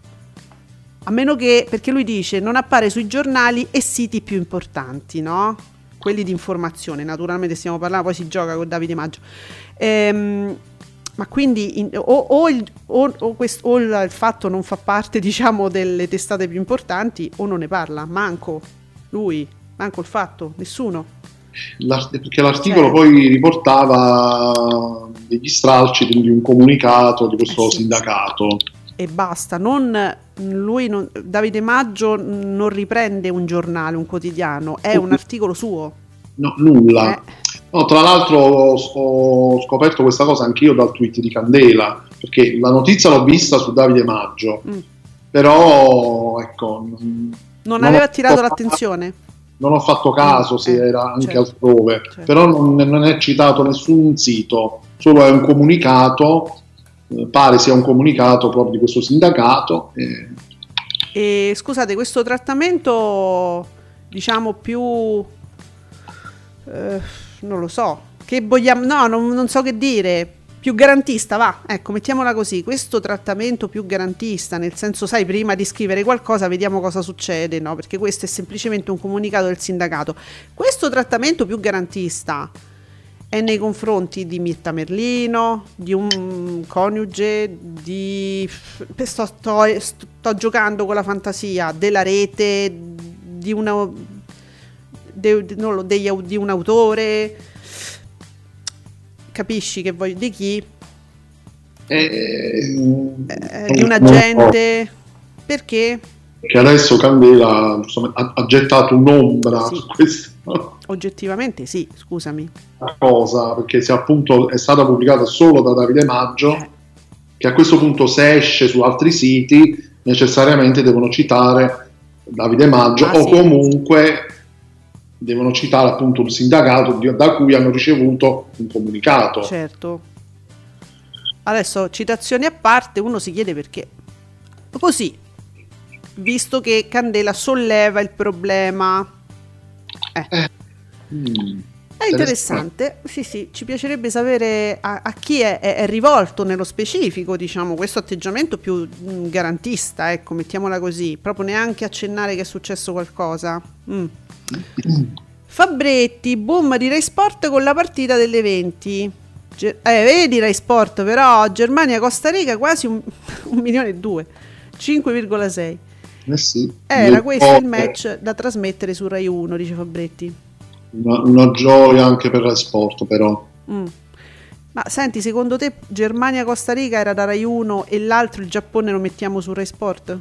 A meno che, perché lui dice, non appare sui giornali e siti più importanti, no? Quelli di informazione, naturalmente stiamo parlando, poi si gioca con Davide Maggio. Ehm, Ma quindi in, o, o, il, o, o, quest, o il, il fatto non fa parte, diciamo, delle testate più importanti, o non ne parla, manco lui, manco il fatto, nessuno. L'art- perché l'articolo Cioè. poi riportava degli stralci di un comunicato di questo Eh sì. sindacato. E basta, non, lui non, Davide Maggio non riprende un giornale, un quotidiano, è un articolo suo. No, nulla. Eh. No, tra l'altro ho, ho scoperto questa cosa anch'io dal tweet di Candela, perché la notizia l'ho vista su Davide Maggio, Mm. però ecco, non, Non non aveva ho- attirato l'attenzione? non ho fatto caso Mm, se eh, era anche certo. altrove, Certo. però non, non è citato nessun sito, solo è un comunicato, eh, pare sia un comunicato proprio di questo sindacato. eh, E scusate, questo trattamento, diciamo, più eh, non lo so, che vogliamo, no, non, non so che dire, più garantista, va, ecco, mettiamola così, questo trattamento più garantista, nel senso, sai, prima di scrivere qualcosa vediamo cosa succede, no? Perché questo è semplicemente un comunicato del sindacato. Questo trattamento più garantista è nei confronti di Mirta Merlino, di un coniuge, di sto, sto, sto giocando con la fantasia della rete, di una de, de, non lo, degli, di un autore, capisci che voglio, di chi? eh, Eh, di un agente, perché? Che adesso Candela insomma, ha, ha gettato un'ombra Sì. su questa Oggettivamente sì, scusami. cosa, perché se appunto è stata pubblicata solo da Davide Maggio, Eh. che a questo punto se esce su altri siti necessariamente devono citare Davide Maggio Ah, o sì. comunque devono citare appunto un sindacato di- da cui hanno ricevuto un comunicato. Certo. Adesso, citazioni a parte, uno si chiede perché. Così, visto che Candela solleva il problema. Eh, Mm. è interessante. Sì, sì, ci piacerebbe sapere a, a chi è, è- è rivolto nello specifico, diciamo, questo atteggiamento più mm, garantista, ecco, mettiamola così, proprio neanche accennare che è successo qualcosa. Mm. Fabretti, boom di Rai Sport con la partita delle venti. Ge- eh, vedi Rai Sport, però Germania-Costa Rica quasi un, un milione e due, cinque virgola sei. Eh sì. Era Io- questo il match da trasmettere su Rai uno, dice Fabretti. Una, una gioia anche per Rai Sport, però. Mm. Ma senti, secondo te Germania-Costa Rica era da Rai uno e l'altro, il Giappone, lo mettiamo su Rai Sport?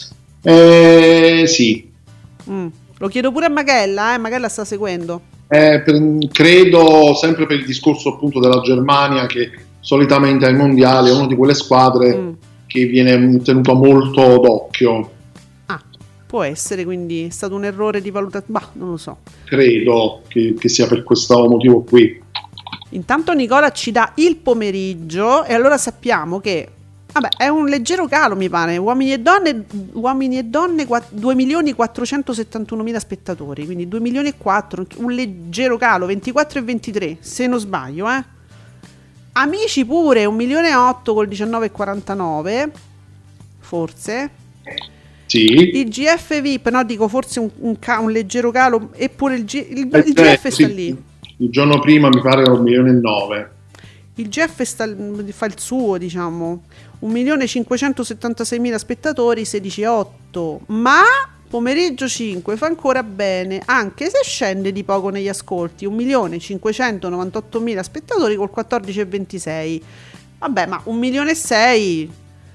Eh, sì, Mm. Lo chiedo pure a Magella, eh? Magella sta seguendo. Eh, per- credo sempre per il discorso appunto della Germania, che solitamente ai mondiali è una di quelle squadre Mm. che viene tenuto molto d'occhio. Ah, può essere, quindi è stato un errore di valutazione. Bah, non lo so. Credo che, che sia per questo motivo qui. Intanto Nicola ci dà il pomeriggio e allora sappiamo che vabbè, è un leggero calo, mi pare. Uomini e donne, uomini e donne due milioni quattrocentosettantunomila spettatori, quindi due milioni e quattro, un leggero calo, ventiquattro e ventitré, se non sbaglio, eh. Amici pure un milione e otto col diciannove e quarantanove, forse. Sì, Il G F V I P, no, dico forse un, un, ca- un leggero calo, eppure il, G- il, Eh, il eh, G F sì. sta lì. Il giorno prima mi pare era un milione e nove. Il G F sta, fa il suo, diciamo, un milione cinquecentosettantaseimila spettatori, sedici virgola otto, ma pomeriggio cinque fa ancora bene, anche se scende di poco negli ascolti, un milione cinquecentonovantottomila spettatori col quattordici virgola ventisei. Vabbè, ma un milione e sei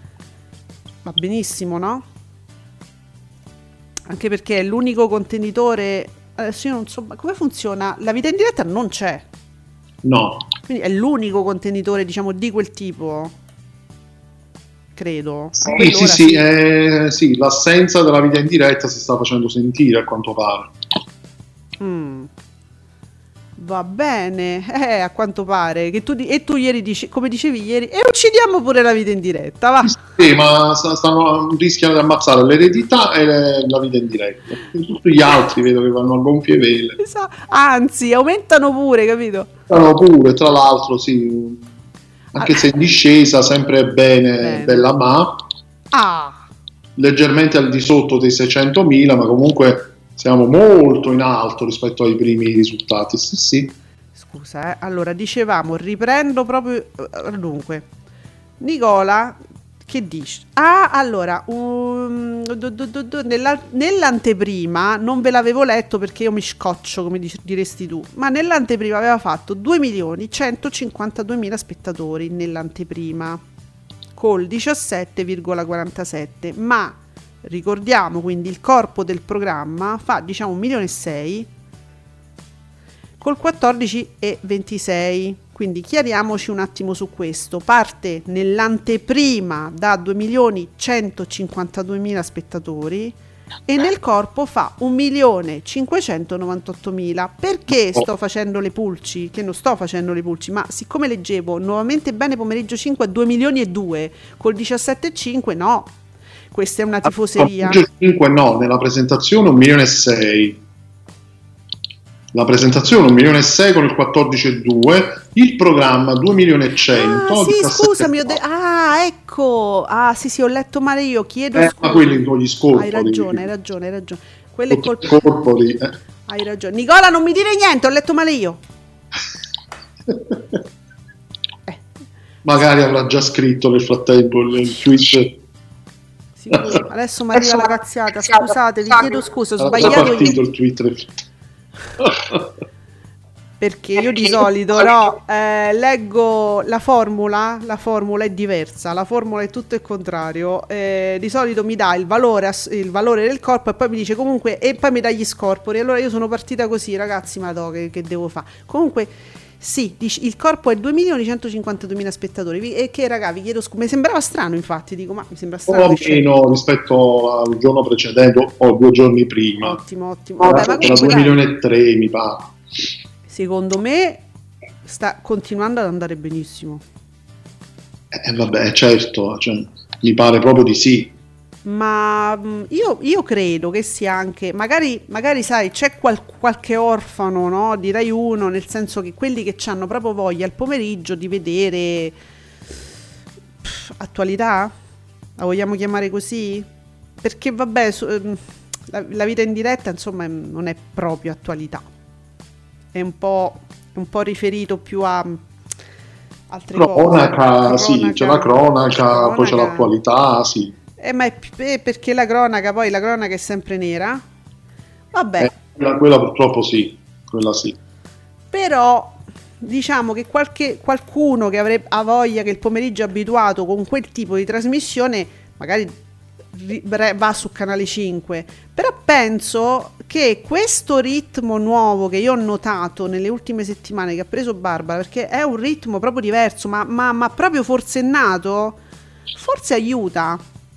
va benissimo, no? Anche perché è l'unico contenitore. Adesso io non so ma come funziona, la vita in diretta non c'è. No, Quindi è l'unico contenitore, diciamo, di quel tipo, credo. A sì, quell'ora sì, sì, eh, sì, l'assenza della vita in diretta si sta facendo sentire a quanto pare. Mm. Va bene, eh, a quanto pare. Che tu di- e tu ieri dici, come dicevi ieri, e uccidiamo pure la vita in diretta, va. Sì, ma sta- stanno, rischiano di ammazzare l'eredità e le- la vita in diretta. Tutti gli altri vedo che vanno a gonfie vele. Esatto. Anzi, aumentano pure, capito? Stanno pure, tra l'altro, sì, anche se in discesa, sempre bene, Bene. bella ma, Ah, leggermente al di sotto dei seicentomila, ma comunque siamo molto in alto rispetto ai primi risultati. Sì, sì. scusa, eh. Allora, dicevamo, riprendo proprio... Dunque, Nicola, che dici? Ah, allora, um, do, do, do, do, nella, nell'anteprima, non ve l'avevo letto perché io mi scoccio, come dic- diresti tu, ma nell'anteprima aveva fatto due milioni centocinquantaduemila spettatori nell'anteprima, col diciassette virgola quarantasette, ma ricordiamo quindi il corpo del programma fa diciamo un milione e sei col quattordici virgola ventisei, quindi chiariamoci un attimo su questo. Parte nell'anteprima da due milioni centocinquantaduemila spettatori e nel corpo fa un milione cinquecentonovantottomila. Perché sto facendo le pulci? Che non sto facendo le pulci, ma siccome leggevo nuovamente bene pomeriggio cinque a due milioni e due col diciassette virgola cinque, no, questa è una tifoseria. cinque no, nella presentazione un milione e sei. La presentazione un milione e sei con il quattordici virgola due, il programma due milioni e cento. Ah, sì, scusami, ho de- ah, ecco. Ah, sì, sì, ho letto male io, chiedo eh, scusa. Ma quelli con gli scorpoli. Hai ragione, hai ragione, hai ragione. Quello è colpa. Scorpoli, eh. Hai ragione. Nicola, non mi dire niente, ho letto male io. eh. Magari avrà già scritto nel frattempo il, il Twitch. Sicuro. Adesso mi arriva la cazziata, scusate, vi chiedo scusa, ho Era sbagliato già partito io. il Twitter. Perché io di solito no, eh, leggo la formula, la formula è diversa, la formula è tutto il contrario, eh, di solito mi dà il valore, ass- il valore del corpo e poi mi dice comunque, e poi mi dà gli scorpori, allora io sono partita così, ragazzi, ma no, che, che devo fare? Comunque sì, dici, il corpo è due milioni centocinquantaduemila spettatori, vi- e che raga, vi chiedo scusa, mi sembrava strano infatti, dico ma mi sembra strano. Un po' meno rispetto al giorno precedente o due giorni prima. Ottimo, ottimo. Vabbè, ma era due milioni e tre mi pare. Secondo me sta continuando ad andare benissimo. Eh vabbè, certo, cioè, mi pare proprio di sì. Ma mh, io, io credo che sia anche, magari, magari sai, c'è qual- qualche orfano, no, di Rai uno, nel senso che quelli che hanno proprio voglia al pomeriggio di vedere pff, attualità, la vogliamo chiamare così? Perché vabbè, su, ehm, la, la vita in diretta insomma non è proprio attualità, è un po', un po' riferito più a altre cronaca, cose. sì, c'è la cronaca, cronaca, poi c'è l'attualità, sì. Eh, ma è, è perché la cronaca, poi la cronaca è sempre nera. Vabbè. Eh, quella, quella purtroppo sì, quella sì. Però diciamo che qualche, qualcuno che avrebbe ha voglia, che il pomeriggio è abituato con quel tipo di trasmissione, magari va su Canale cinque. Però penso che questo ritmo nuovo che io ho notato nelle ultime settimane che ha preso Barbara, perché è un ritmo proprio diverso, ma, ma, ma proprio forsennato, forse aiuta.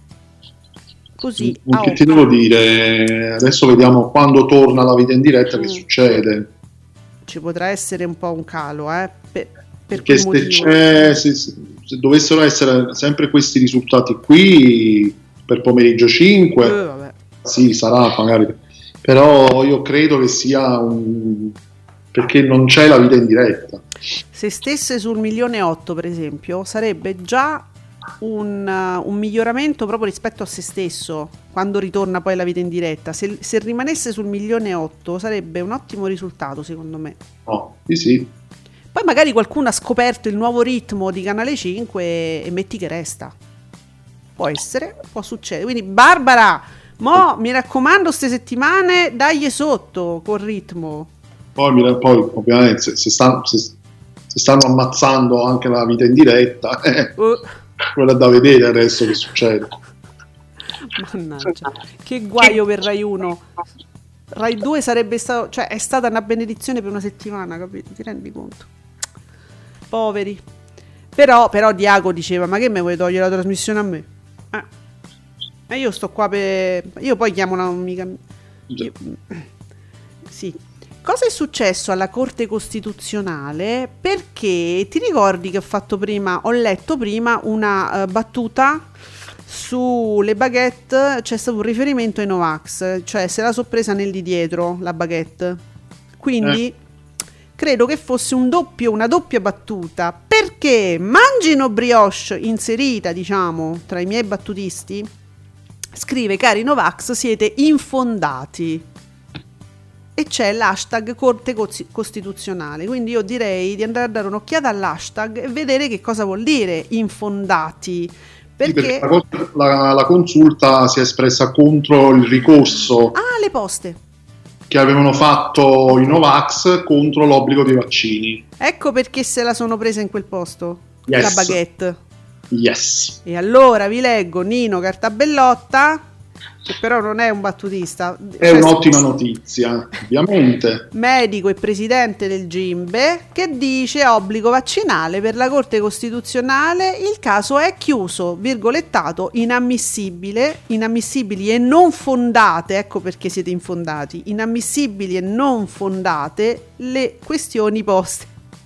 Così, che ti devo dire, adesso vediamo quando torna la vita in diretta mm. che succede. Ci potrà essere un po' un calo, eh, per, per perché se, c'è, se, se dovessero essere sempre questi risultati qui per pomeriggio cinque, eh, vabbè. Sì, sarà magari, però io credo che sia un, perché non c'è la vita in diretta. Se stesse sul milione e otto, per esempio, sarebbe già Un, uh, un miglioramento proprio rispetto a se stesso quando ritorna poi la vita in diretta. Se, se rimanesse sul milione e otto sarebbe un ottimo risultato, secondo me. Oh, sì, sì. Poi magari qualcuno ha scoperto il nuovo ritmo di Canale cinque e, e metti che resta. Può essere, può succedere. Quindi Barbara, mo mi raccomando, ste settimane dagli sotto col ritmo. Poi, poi ovviamente se, se, stanno, se, se stanno ammazzando anche la vita in diretta, eh. uh. Quello è da vedere adesso che succede. Mannaggia, che guaio per Rai uno. Rai due sarebbe stato, cioè è stata una benedizione per una settimana, capito? Ti rendi conto? Poveri. Però, però Diaco diceva, ma che me vuoi togliere la trasmissione a me? Eh. E io sto qua per... Io poi chiamo una amica... Io... Sì. Cosa è successo alla Corte Costituzionale? Perché ti ricordi che ho fatto prima, ho letto prima una uh, battuta sulle baguette, c'è stato un riferimento ai Novax, cioè se la so presa nel di dietro la baguette. Quindi eh. credo che fosse un doppio, una doppia battuta, perché Mangino Brioche, inserita diciamo tra i miei battutisti, scrive: cari Novax, siete infondati. e c'è l'hashtag Corte Costituzionale, quindi io direi di andare a dare un'occhiata all'hashtag e vedere che cosa vuol dire infondati, perché, sì, perché la, la, la consulta si è espressa contro il ricorso ah, le poste che avevano fatto i Novax contro l'obbligo dei vaccini. Ecco perché se la sono presa in quel posto, yes. La baguette. Yes. E allora vi leggo Nino Cartabellotta, che però non è un battutista, è cioè, un'ottima notizia, ovviamente. Medico e presidente del Gimbe, che dice obbligo vaccinale per la Corte Costituzionale, il caso è chiuso, virgolettato, inammissibile, inammissibili e non fondate, ecco perché siete infondati, inammissibili e non fondate le questioni poste.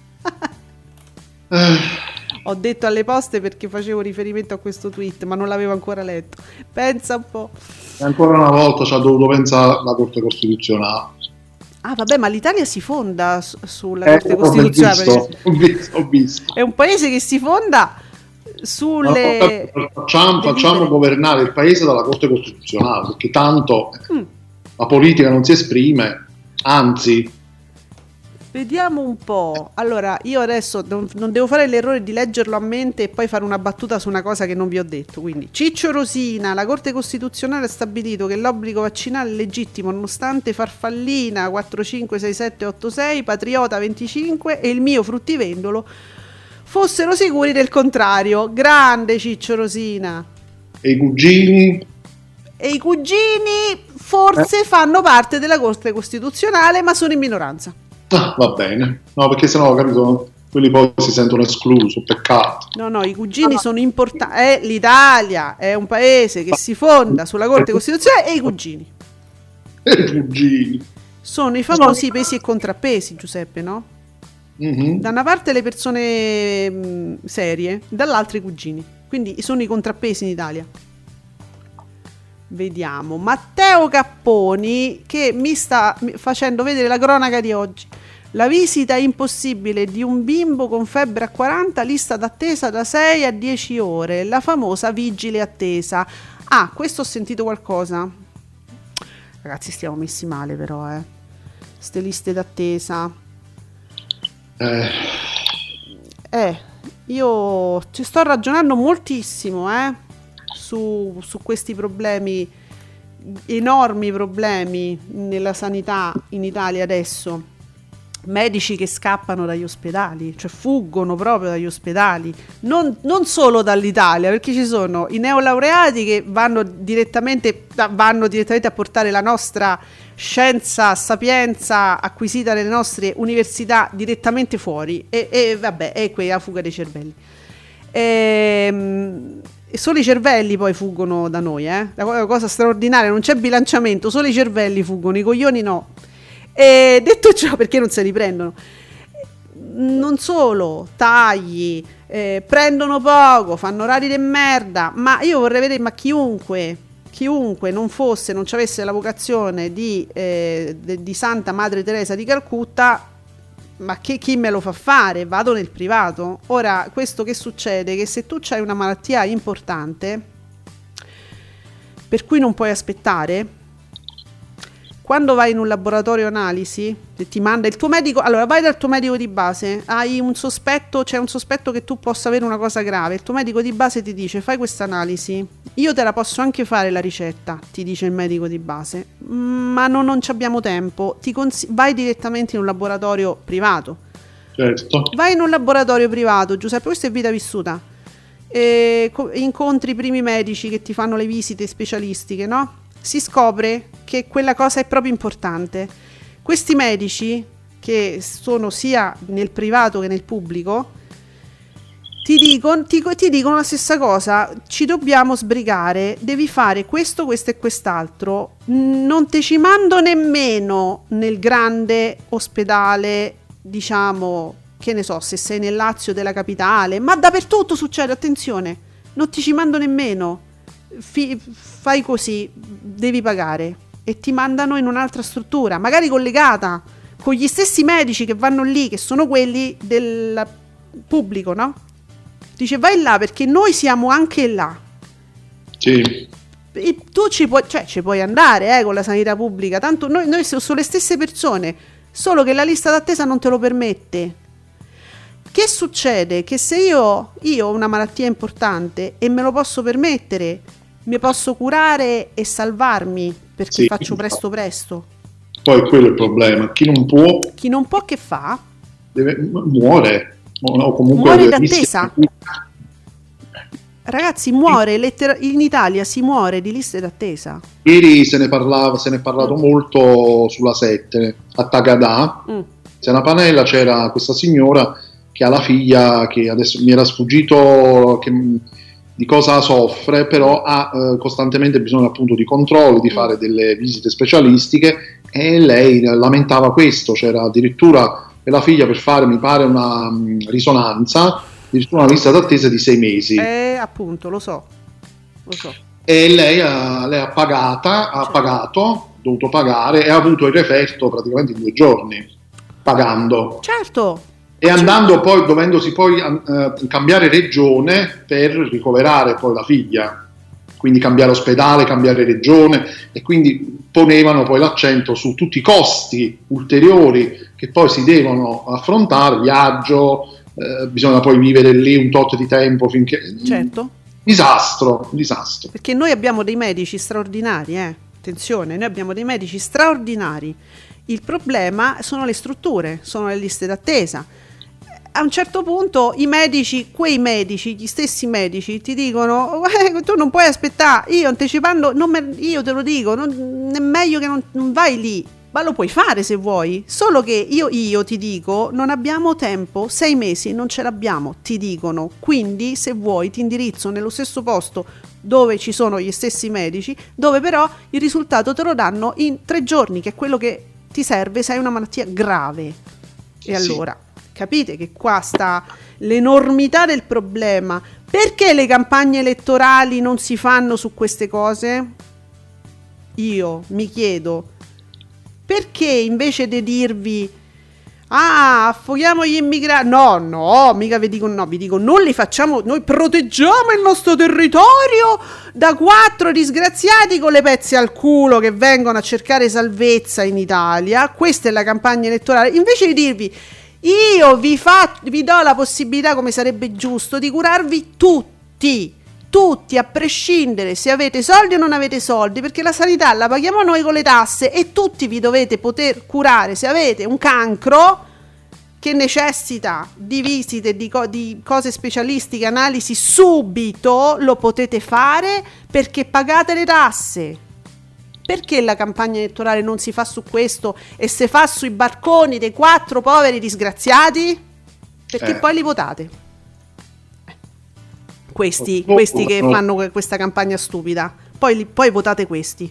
eh. Ho detto alle poste perché facevo riferimento a questo tweet, ma non l'avevo ancora letto. Pensa un po'. E ancora una volta ci ha dovuto pensare la Corte Costituzionale. Ah, vabbè, ma l'Italia si fonda su- sulla Eh, Corte ho Costituzionale. visto, perché ho visto, ho visto. È un paese che si fonda sulle... Ma facciamo, facciamo governare il paese dalla Corte Costituzionale, perché tanto Mm. la politica non si esprime, anzi... Vediamo un po'. Allora, io adesso non, non devo fare l'errore di leggerlo a mente e poi fare una battuta su una cosa che non vi ho detto. Quindi, Ciccio Rosina, la Corte Costituzionale ha stabilito che l'obbligo vaccinale è legittimo nonostante Farfallina quattro cinque sei sette otto sei, Patriota venticinque e il mio fruttivendolo fossero sicuri del contrario. Grande Ciccio Rosina. E i cugini? E i cugini forse Eh. fanno parte della Corte Costituzionale, ma sono in minoranza. Ah, va bene, no, perché sennò capito, quelli poi si sentono esclusi, peccato. No, no, i cugini sono importanti. Eh, l'Italia è un paese che si fonda sulla Corte Costituzionale e i cugini E i cugini? sono i famosi pesi e contrappesi, Giuseppe, no? Mhm. Da una parte le persone mh, serie, dall'altra i cugini. Quindi sono i contrappesi in Italia. Vediamo Matteo Capponi che mi sta facendo vedere la cronaca di oggi. La visita impossibile di un bimbo con febbre a quaranta, lista d'attesa da sei a dieci ore, la famosa vigile attesa. Ah, questo ho sentito qualcosa. Ragazzi, stiamo messi male però, eh. Ste liste d'attesa. Eh, Eh, io ci sto ragionando moltissimo, eh. Su, su questi problemi, enormi problemi nella sanità in Italia adesso, medici che scappano dagli ospedali, cioè fuggono proprio dagli ospedali, non, non solo dall'Italia, perché ci sono i neolaureati che vanno direttamente, vanno direttamente a portare la nostra scienza, sapienza acquisita nelle nostre università direttamente fuori e, e vabbè, è quella fuga dei cervelli. Ehm E solo i cervelli poi fuggono da noi, eh? La cosa straordinaria, non c'è bilanciamento, solo i cervelli fuggono, i coglioni no. E detto ciò, perché non se li prendono? Non solo, tagli, eh, prendono poco, fanno orari di merda, ma io vorrei vedere, ma chiunque, chiunque non fosse, non ci avesse la vocazione di, eh, de, di Santa Madre Teresa di Calcutta, ma che, chi me lo fa fare? Vado nel privato. Ora, questo che succede? Che se tu hai una malattia importante per cui non puoi aspettare, quando vai in un laboratorio analisi e ti manda il tuo medico, allora vai dal tuo medico di base, hai un sospetto, c'è un sospetto che tu possa avere una cosa grave, il tuo medico di base ti dice fai questa analisi, io te la posso anche fare la ricetta, ti dice il medico di base, ma non, non ci abbiamo tempo, ti cons- vai direttamente in un laboratorio privato. certo. Vai in un laboratorio privato, Giuseppe, questa è vita vissuta, e co- incontri i primi medici che ti fanno le visite specialistiche, no? Si scopre che quella cosa è proprio importante. Questi medici, che sono sia nel privato che nel pubblico, ti dicono, ti, ti dicono la stessa cosa, ci dobbiamo sbrigare, devi fare questo, questo e quest'altro, non te ci mando nemmeno nel grande ospedale, diciamo, che ne so, se sei nel Lazio della capitale, ma dappertutto succede, attenzione, non ti ci mando nemmeno. Fi- fai così, devi pagare e ti mandano in un'altra struttura, magari collegata con gli stessi medici che vanno lì, che sono quelli del pubblico, no? Dice vai là perché noi siamo anche là. Sì. E tu ci puoi, cioè, ci puoi andare eh, con la sanità pubblica, tanto noi, noi siamo le stesse persone, solo che la lista d'attesa non te lo permette. Che succede? Che se io, io ho una malattia importante e me lo posso permettere, mi posso curare e salvarmi perché Sì. faccio presto presto. Poi quello è il problema. Chi non può Chi non può che fa? deve, muore. O, o comunque Muore deve- d'attesa. Ragazzi, muore letter- in Italia si muore di liste d'attesa. Ieri se ne parlava, se ne è parlato Mm. molto sulla sette, a Tagadà, Mm. Senapanella, c'era questa signora che ha la figlia che adesso mi era sfuggito che, di cosa soffre, però ha eh, costantemente bisogno appunto di controlli, di fare delle visite specialistiche, e lei lamentava questo, c'era addirittura per la figlia per fare, mi pare, una mh, risonanza, addirittura una lista d'attesa di sei mesi. Eh, appunto, lo so. Lo so. E lei ha, lei ha pagata, ha Certo. pagato, ha dovuto pagare e ha avuto il referto praticamente in due giorni, pagando. Certo. E andando poi, dovendosi poi eh, cambiare regione per ricoverare poi la figlia, quindi cambiare ospedale, cambiare regione, e quindi ponevano poi l'accento su tutti i costi ulteriori che poi si devono affrontare, viaggio, eh, bisogna poi vivere lì un tot di tempo finché... Certo. Disastro, un disastro. Perché noi abbiamo dei medici straordinari, eh. Attenzione, noi abbiamo dei medici straordinari. Il problema sono le strutture, sono le liste d'attesa. A un certo punto i medici, quei medici, gli stessi medici ti dicono eh, tu non puoi aspettare, io anticipando, non me, io te lo dico, non, è meglio che non, non vai lì, ma lo puoi fare se vuoi, solo che io, io ti dico non abbiamo tempo, sei mesi non ce l'abbiamo, ti dicono, quindi se vuoi ti indirizzo nello stesso posto dove ci sono gli stessi medici, dove però il risultato te lo danno in tre giorni, che è quello che ti serve se hai una malattia grave. E allora capite che qua sta l'enormità del problema. Perché le campagne elettorali non si fanno su queste cose? Io mi chiedo, perché invece di dirvi ah, affoghiamo gli immigrati, no, no, mica vi dico no, vi dico non li facciamo, noi proteggiamo il nostro territorio da quattro disgraziati con le pezze al culo che vengono a cercare salvezza in Italia. Questa è la campagna elettorale, invece di dirvi io vi, fa, vi do la possibilità, come sarebbe giusto, di curarvi tutti, tutti, a prescindere se avete soldi o non avete soldi, perché la sanità la paghiamo noi con le tasse e tutti vi dovete poter curare. Se avete un cancro che necessita di visite, di, co- di cose specialistiche, analisi subito, lo potete fare perché pagate le tasse. Perché la campagna elettorale non si fa su questo e si fa sui barconi dei quattro poveri disgraziati? Perché Eh. poi li votate. Questi, No, questi che no. fanno que- questa campagna stupida. Poi, li- poi votate questi.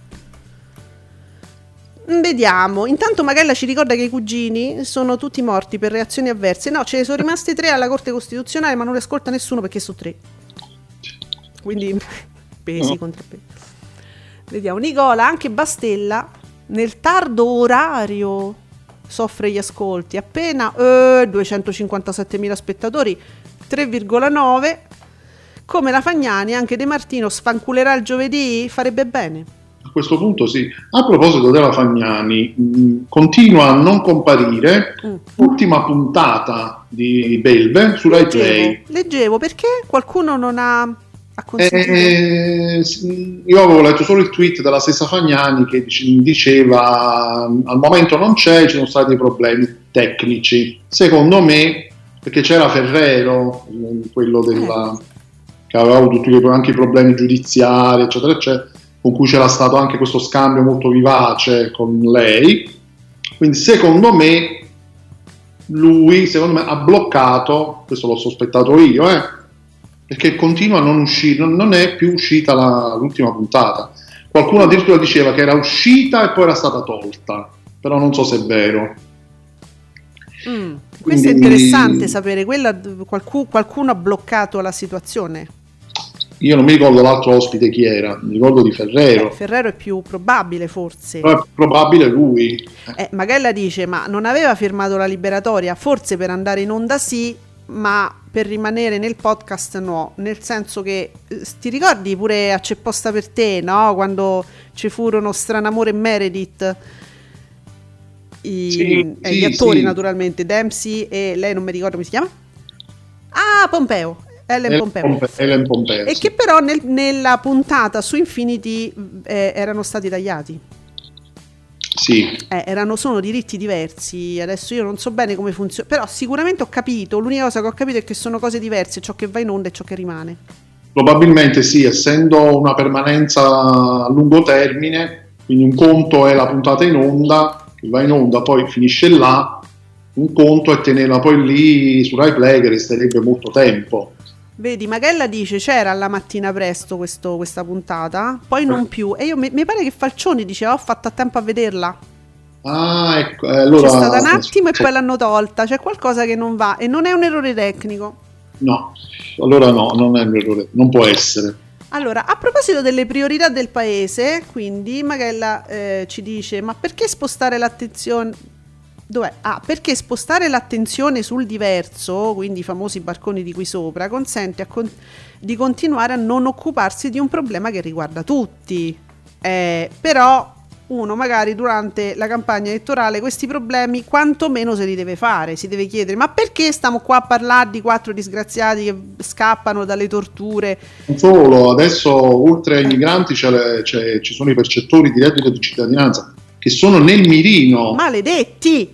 Vediamo. Intanto Magella ci ricorda che i cugini sono tutti morti per reazioni avverse. No, ce ne sono rimaste tre alla Corte Costituzionale, ma non le ascolta nessuno perché sono tre. Quindi pesi No. contro pesi. Vediamo, Nicola, anche Bastella nel tardo orario soffre gli ascolti, appena eh, duecentocinquantasettemila spettatori, tre virgola nove. Come la Fagnani, anche De Martino sfanculerà il giovedì? Farebbe bene. A questo punto sì. A proposito della Fagnani, mh, continua a non comparire Mm. l'ultima puntata di Belve su Rai Play. Leggevo, leggevo perché qualcuno non ha, ha consentito. Eh, sì, io avevo letto solo il tweet della stessa Fagnani che dic- diceva al momento non c'è, ci sono stati dei problemi tecnici. Secondo me, perché c'era Ferrero, eh, quello della, che aveva avuto tutti i- anche i problemi giudiziari, eccetera, eccetera, con cui c'era stato anche questo scambio molto vivace con lei. Quindi secondo me lui secondo me ha bloccato, questo l'ho sospettato io, eh, perché continua a non uscire, non, non è più uscita la- l'ultima puntata. Qualcuno addirittura diceva che era uscita e poi era stata tolta, però non so se è vero. Mm, questo è Quindi- interessante sapere. Quella, qualcuno, qualcuno ha bloccato la situazione. Io non mi ricordo l'altro ospite chi era, mi ricordo di Ferrero, Eh, Ferrero è più probabile forse. però è probabile lui. Eh, Magella dice ma non aveva firmato la liberatoria, forse per andare in onda sì, ma per rimanere nel podcast no, nel senso che eh, ti ricordi pure a C'è posta per te, no? Quando ci furono Stranamore e Meredith, i, Sì, eh, sì, gli attori sì. naturalmente, Dempsey e lei non mi ricordo come si chiama. Ah, Pompeo, Ellen Ellen Pompeo. Pompe- Ellen Pompeo, E sì. che però nel- nella puntata su Infinity eh, erano stati tagliati. Sì. Eh, erano, sono diritti diversi. Adesso io non so bene come funziona, però sicuramente ho capito. L'unica cosa che ho capito è che sono cose diverse, ciò che va in onda e ciò che rimane. Probabilmente sì, essendo una permanenza a lungo termine, quindi un conto è la puntata in onda, che va in onda, poi finisce là, un conto è tenerla poi lì su Rai Play, che resterebbe molto tempo. Vedi, Magella dice c'era alla mattina presto questo, questa puntata, poi non più. E io mi, mi pare che Falcioni diceva ho fatto a tempo a vederla. Ah, ecco, eh, allora... C'è stata un attimo e sì. poi l'hanno tolta. C'è qualcosa che non va e non è un errore tecnico. No, allora no, non è un errore, non può essere. Allora, a proposito delle priorità del paese, quindi Magella eh, ci dice ma perché spostare l'attenzione... Dov'è? Ah, perché spostare l'attenzione sul diverso, quindi i famosi barconi di qui sopra, consente a con- di continuare a non occuparsi di un problema che riguarda tutti. Eh, però uno magari durante la campagna elettorale questi problemi quantomeno se li deve fare, si deve chiedere ma perché stiamo qua a parlare di quattro disgraziati che scappano dalle torture? Non solo, adesso oltre ai migranti c'è le- c'è- ci sono i percettori di reddito di cittadinanza che sono nel mirino. Maledetti!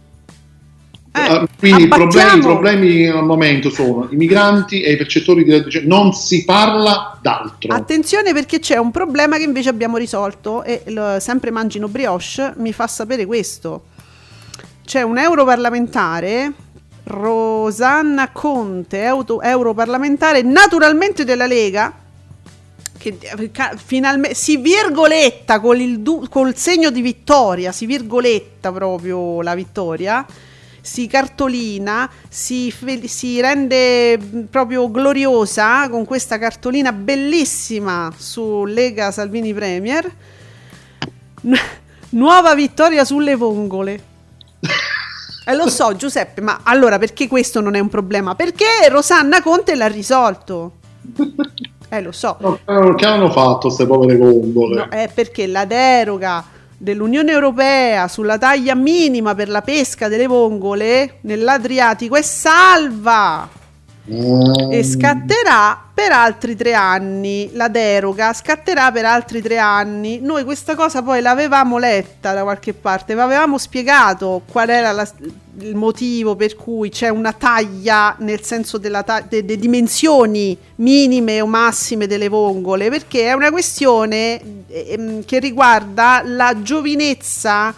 Eh, Eh, quindi i problemi, abbattiamo- i problemi al momento sono i migranti e i percettori di reddito di cittadinanza. Non si parla d'altro. Attenzione perché c'è un problema che invece abbiamo risolto e lo- sempre Mangino Brioche mi fa sapere questo. C'è un europarlamentare, Rosanna Conte, auto- europarlamentare naturalmente della Lega, che ca- finalmente si virgoletta col, il du- col segno di vittoria, si virgoletta proprio la vittoria, si cartolina, si, fe- si rende proprio gloriosa con questa cartolina bellissima su Lega Salvini Premier. N- nuova vittoria sulle vongole. E lo so Giuseppe, ma allora perché questo non è un problema? Perché Rosanna Conte l'ha risolto. Eh lo so. No, che hanno fatto queste povere vongole? No, è perché la deroga dell'Unione Europea sulla taglia minima per la pesca delle vongole nell'Adriatico è salva Mm. e scatterà per altri tre anni. La deroga scatterà per altri tre anni. Noi questa cosa poi l'avevamo letta da qualche parte, vi avevamo spiegato qual era la- il motivo per cui c'è una taglia nel senso delle ta- de- de dimensioni minime o massime delle vongole, perché è una questione ehm, che riguarda la giovinezza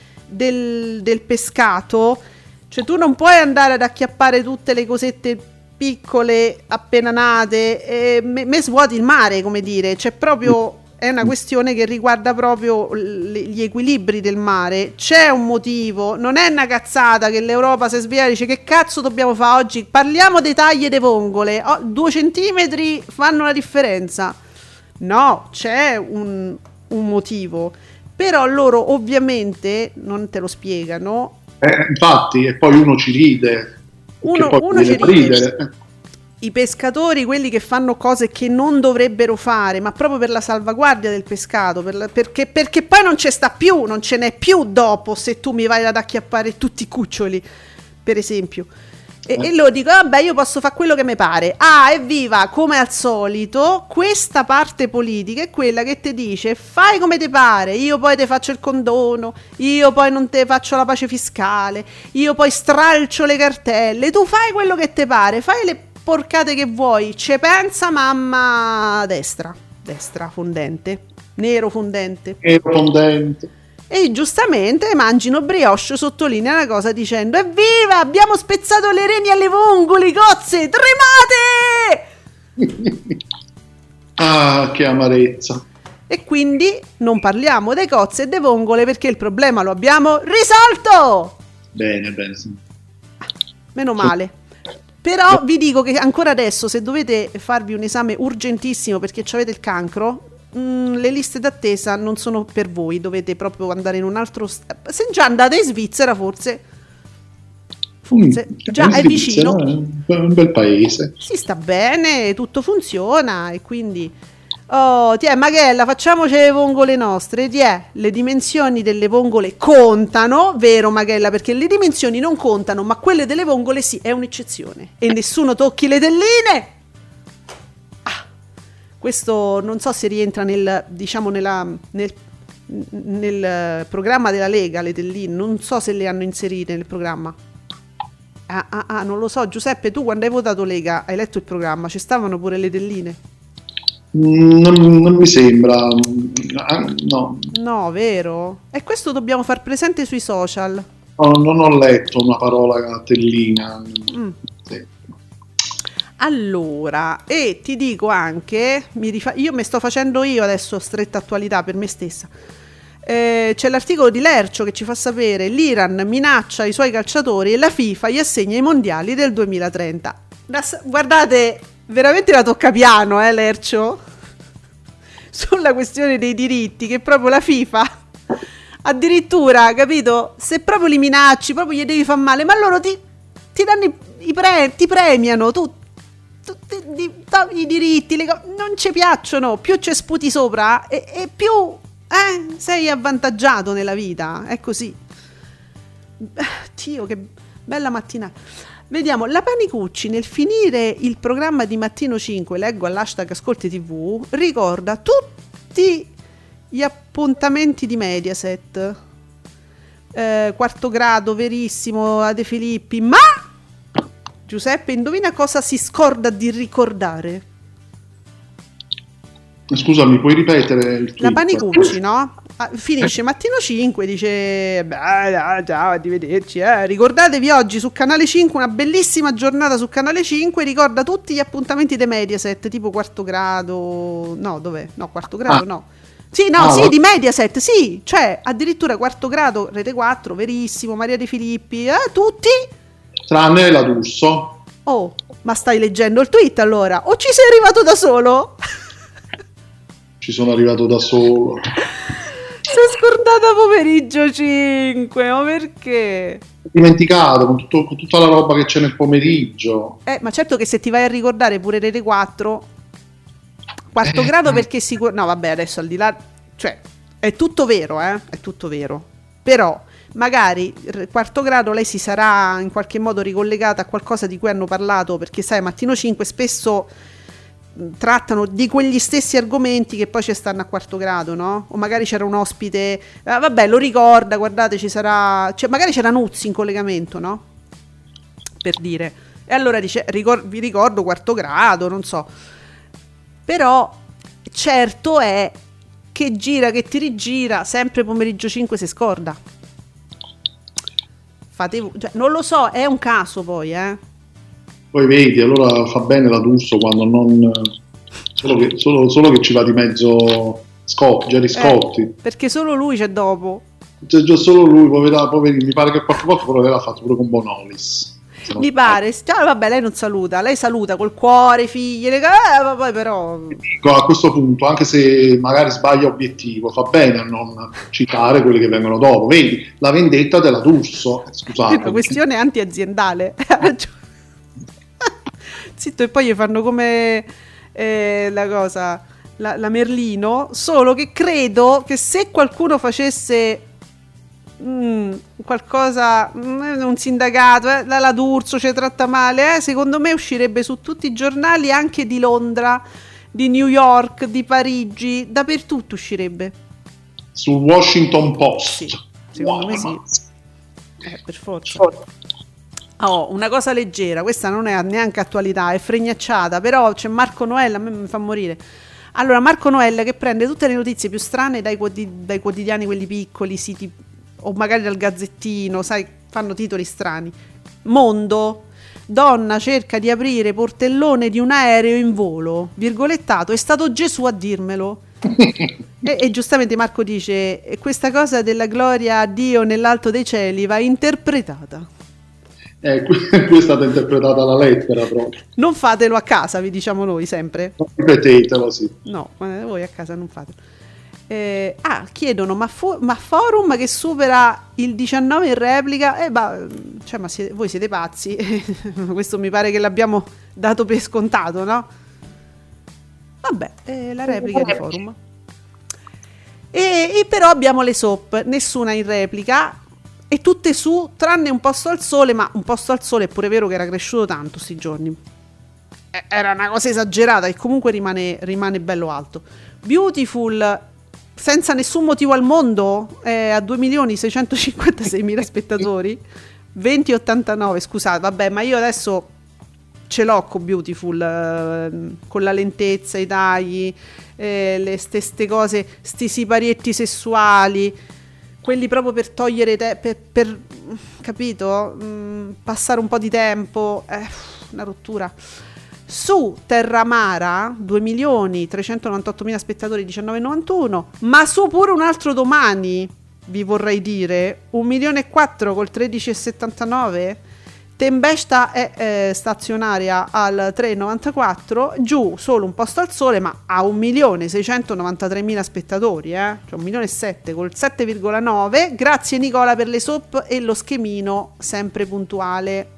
del, del pescato. Cioè tu non puoi andare ad acchiappare tutte le cosette piccole appena nate e me, me svuoti il mare, come dire. C'è proprio, è una questione che riguarda proprio l- gli equilibri del mare. C'è un motivo, non è una cazzata che l'Europa si sveglia e dice che cazzo dobbiamo fare oggi, parliamo dei tagli delle vongole. Oh, due centimetri fanno la differenza. No, c'è un, un motivo, però loro ovviamente non te lo spiegano. Eh, infatti, e poi uno ci ride. Uno, Che poi uno ci viene da ride. ridere. I pescatori, quelli che fanno cose che non dovrebbero fare, ma proprio per la salvaguardia del pescato, per la- perché, perché poi non ce sta più, non ce n'è più dopo se tu mi vai ad acchiappare tutti i cuccioli, per esempio. E, Eh. e loro dico, vabbè, io posso fare quello che mi pare. Ah, evviva, come al solito, questa parte politica è quella che ti dice fai come ti pare, io poi ti faccio il condono, io poi non ti faccio la pace fiscale, io poi stralcio le cartelle, tu fai quello che ti pare, fai le porcate che vuoi, ce pensa mamma destra, destra fondente, nero fondente. È fondente. E giustamente Mangino Brioche sottolinea una cosa dicendo evviva, abbiamo spezzato le reni alle vongole, cozze, tremate! Ah, che amarezza. E quindi non parliamo dei cozze e dei vongole perché il problema lo abbiamo risolto! Bene, bene. Sì. Meno male. Però vi dico che ancora adesso, se dovete farvi un esame urgentissimo perché avete il cancro, mh, le liste d'attesa non sono per voi, dovete proprio andare in un altro st- se già andate in Svizzera forse Forse, Mm, già è Svizzera, vicino. È un bel paese. Si sta bene, tutto funziona e quindi... Oh, ti è Maghella, facciamoci le vongole nostre, ti è, le dimensioni delle vongole contano, vero Maghella, perché le dimensioni non contano, ma quelle delle vongole sì, è un'eccezione. E nessuno tocchi le telline! Ah, questo non so se rientra nel, diciamo, nella, nel, nel programma della Lega, le telline, non so se le hanno inserite nel programma. Ah, ah, ah, non lo so, Giuseppe, tu quando hai votato Lega, hai letto il programma, ci stavano pure le telline? Non, non mi sembra, ah, no. No, vero? E questo dobbiamo far presente sui social. No, non ho letto una parola tellina. Mm. Sì. Allora, e ti dico anche, mi rifa- io mi sto facendo io adesso stretta attualità per me stessa. Eh, c'è l'articolo di Lercio che ci fa sapere: l'Iran minaccia i suoi calciatori e la FIFA gli assegna i mondiali del duemilatrenta. La, guardate, veramente la tocca piano, eh, Lercio? Sulla questione dei diritti, che proprio la FIFA addirittura, capito? Se proprio li minacci, proprio gli devi far male, ma loro ti, ti danno i, i pre, ti premiano, tu, tu ti, ti, ti, i diritti, le co- non ci piacciono, più ci sputi sopra e, e più eh, sei avvantaggiato nella vita, è così. Dio, che bella mattinata. Vediamo, la Panicucci nel finire il programma di Mattino cinque, leggo all'hashtag Ascolti tivù, ricorda tutti gli appuntamenti di Mediaset, eh, Quarto Grado, Verissimo, Ade Filippi, ma Giuseppe, indovina cosa si scorda di ricordare? Scusami, puoi ripetere il tweet? La Panicucci, no? Ah, finisce Mattino cinque, dice beh, ciao, arrivederci, eh. Ricordatevi oggi su Canale cinque, una bellissima giornata su Canale cinque, ricorda tutti gli appuntamenti dei Mediaset, tipo Quarto Grado, no, dov'è? No, Quarto Grado, Ah. no. Sì, no, Ah, sì, va- di Mediaset, sì, cioè addirittura Quarto Grado, Rete quattro, Verissimo, Maria De Filippi, eh, tutti. Tranne la D'Urso. Oh, ma stai leggendo il tweet allora? O ci sei arrivato da solo? Ci sono arrivato da solo. Si è scordata pomeriggio cinque, ma perché? Ho dimenticato con, tutto- con tutta la roba che c'è nel pomeriggio. Eh, ma certo che se ti vai a ricordare pure Rete quattro, Quarto Eh, Grado, eh. perché sicuro... No, vabbè, adesso al di là... Cioè, è tutto vero, eh? È tutto vero. Però, magari, r- Quarto Grado, lei si sarà in qualche modo ricollegata a qualcosa di cui hanno parlato, perché sai, Mattino cinque spesso mh, trattano di quegli stessi argomenti che poi ci stanno a Quarto Grado, no? O magari c'era un ospite... ah, vabbè, lo ricorda, guardate, ci sarà... Cioè, magari c'era Nuzzi in collegamento, no? Per dire. E allora dice, ricor- vi ricordo Quarto Grado, non so. Però certo è che gira, che ti rigira, sempre pomeriggio cinque si scorda. Fate, vo- cioè, non lo so, è un caso poi, eh. Poi vedi, allora fa bene la D'Urso quando non... Solo che, solo, solo che ci va di mezzo Scotti, Gerry Scotti. Eh, perché solo lui c'è dopo. C'è già solo lui, povera, poverino. Mi pare che qualche volta però lei l'ha fatto pure con Bonolis. Se non Mi pare, ah, vabbè, lei non saluta, lei saluta col cuore, i figli, le cose, eh, poi però... dico, a questo punto, anche se magari sbaglia obiettivo, fa bene a non citare quelli che vengono dopo. Vedi, la vendetta della D'Urso, È scusate. una questione anti-aziendale. Ha ragione. Zitto, e poi gli fanno come eh, la cosa, la, la Merlino, solo che credo che se qualcuno facesse mm, qualcosa, mm, un sindacato, eh, la, la D'Urso ci tratta male, eh, secondo me uscirebbe su tutti i giornali, anche di Londra, di New York, di Parigi, dappertutto uscirebbe. Sul Washington Post. Sì, secondo me sì. Wow. Eh, per forza. Oh, una cosa leggera, questa non è neanche attualità, è fregnacciata, però c'è Marco Noella, a me mi fa morire. Allora, Marco Noella che prende tutte le notizie più strane dai, quotidi- dai quotidiani, quelli piccoli, siti, o magari dal Gazzettino, sai, fanno titoli strani. Mondo, donna cerca di aprire portellone di un aereo in volo, virgolettato, è stato Gesù a dirmelo. e, e giustamente Marco dice, "E questa cosa della gloria a Dio nell'alto dei cieli va interpretata. Eh, qui, qui è stata interpretata la lettera proprio. Non fatelo a casa, vi diciamo noi sempre. Non ripetetelo, sì. No, eh, voi a casa non fatelo. Eh, ah, chiedono, ma, fu- ma Forum che supera il diciannove in replica? Eh, bah, cioè, ma siete, voi siete pazzi. Questo mi pare che l'abbiamo dato per scontato, no? Vabbè, eh, la replica di Forum. E, e però abbiamo le soap, nessuna in replica e tutte su, tranne Un posto al sole, ma Un posto al sole è pure vero che era cresciuto tanto sti giorni. Eh, era una cosa esagerata e comunque rimane, rimane bello alto. Beautiful, senza nessun motivo al mondo, è a due milioni seicentocinquantaseimila spettatori, venti virgola ottantanove, scusate, vabbè, ma io adesso ce l'ho con Beautiful, eh, con la lentezza, i tagli, eh, le stesse cose, sti siparietti sessuali, quelli proprio per togliere te- per, per capito? Mm, passare un po' di tempo, eh, una rottura. Su Terramara due milioni trecentonovantottomila spettatori, diciannove virgola novantuno, ma su pure Un altro domani, vi vorrei dire, un milione e quattro col tredici virgola settantanove. Tempesta è eh, stazionaria al tre virgola novantaquattro, giù solo Un posto al sole, ma a un milione seicentonovantatremila spettatori, eh? Cioè un milione e sette col sette virgola nove. Grazie Nicola per le soap e lo schemino sempre puntuale.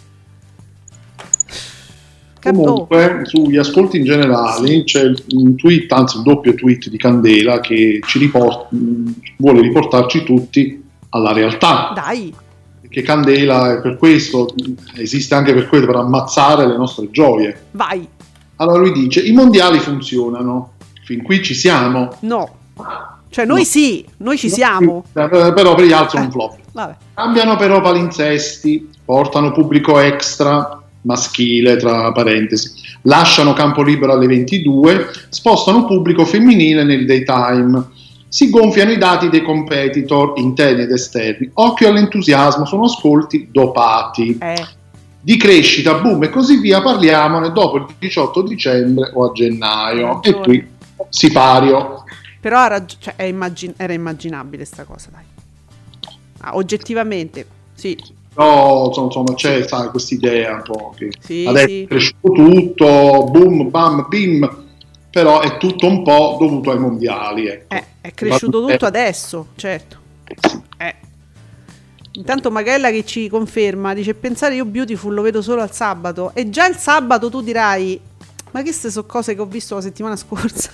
Comunque, sugli ascolti in generale c'è un tweet, anzi un doppio tweet di Candela che ci riport- vuole riportarci tutti alla realtà. Dai! Che Candela è per questo, esiste anche per quello, per ammazzare le nostre gioie. Vai! Allora lui dice: i mondiali funzionano, fin qui ci siamo. No, cioè noi No. sì, noi ci No, siamo. però per gli altri sono un Eh, flop. Vabbè. Cambiano però palinsesti, portano pubblico extra, maschile tra parentesi, lasciano campo libero alle ventidue, spostano pubblico femminile nel daytime, si gonfiano i dati dei competitor interni ed esterni, occhio all'entusiasmo, sono ascolti dopati. Eh. Di crescita, boom e così via parliamone dopo il diciotto dicembre o a gennaio. E qui sipario. Però ha rag- cioè, è immagin- era immaginabile sta cosa, dai. Ah, oggettivamente, sì. Però insomma c'è, sai, quest'idea un po' che Sì, adesso sì. è cresciuto tutto, boom, bam, bim, però è tutto un po' dovuto ai mondiali. Ecco. Eh, è cresciuto tutto adesso, certo. Eh. Intanto Magella che ci conferma, dice: pensare io Beautiful lo vedo solo al sabato. E già il sabato tu dirai: ma queste sono cose che ho visto la settimana scorsa.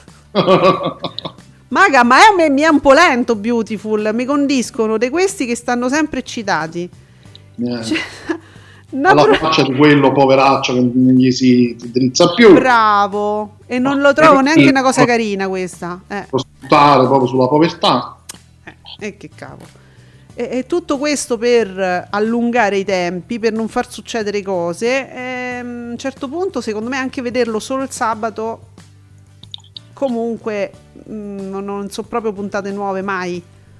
Maga, ma è, a me mi è un po' lento Beautiful, mi condiscono di questi che stanno sempre eccitati. Eh. Cioè, una Alla pro- faccia di quello poveraccio che non gli si drizza più. Bravo. E non lo trovo neanche una cosa carina questa. Eh. Può sputtare proprio sulla povertà. Eh, e che cavolo. E, e tutto questo per allungare i tempi, per non far succedere cose. E, a un certo punto, secondo me, anche vederlo solo il sabato, comunque, mh, non, non sono proprio puntate nuove mai.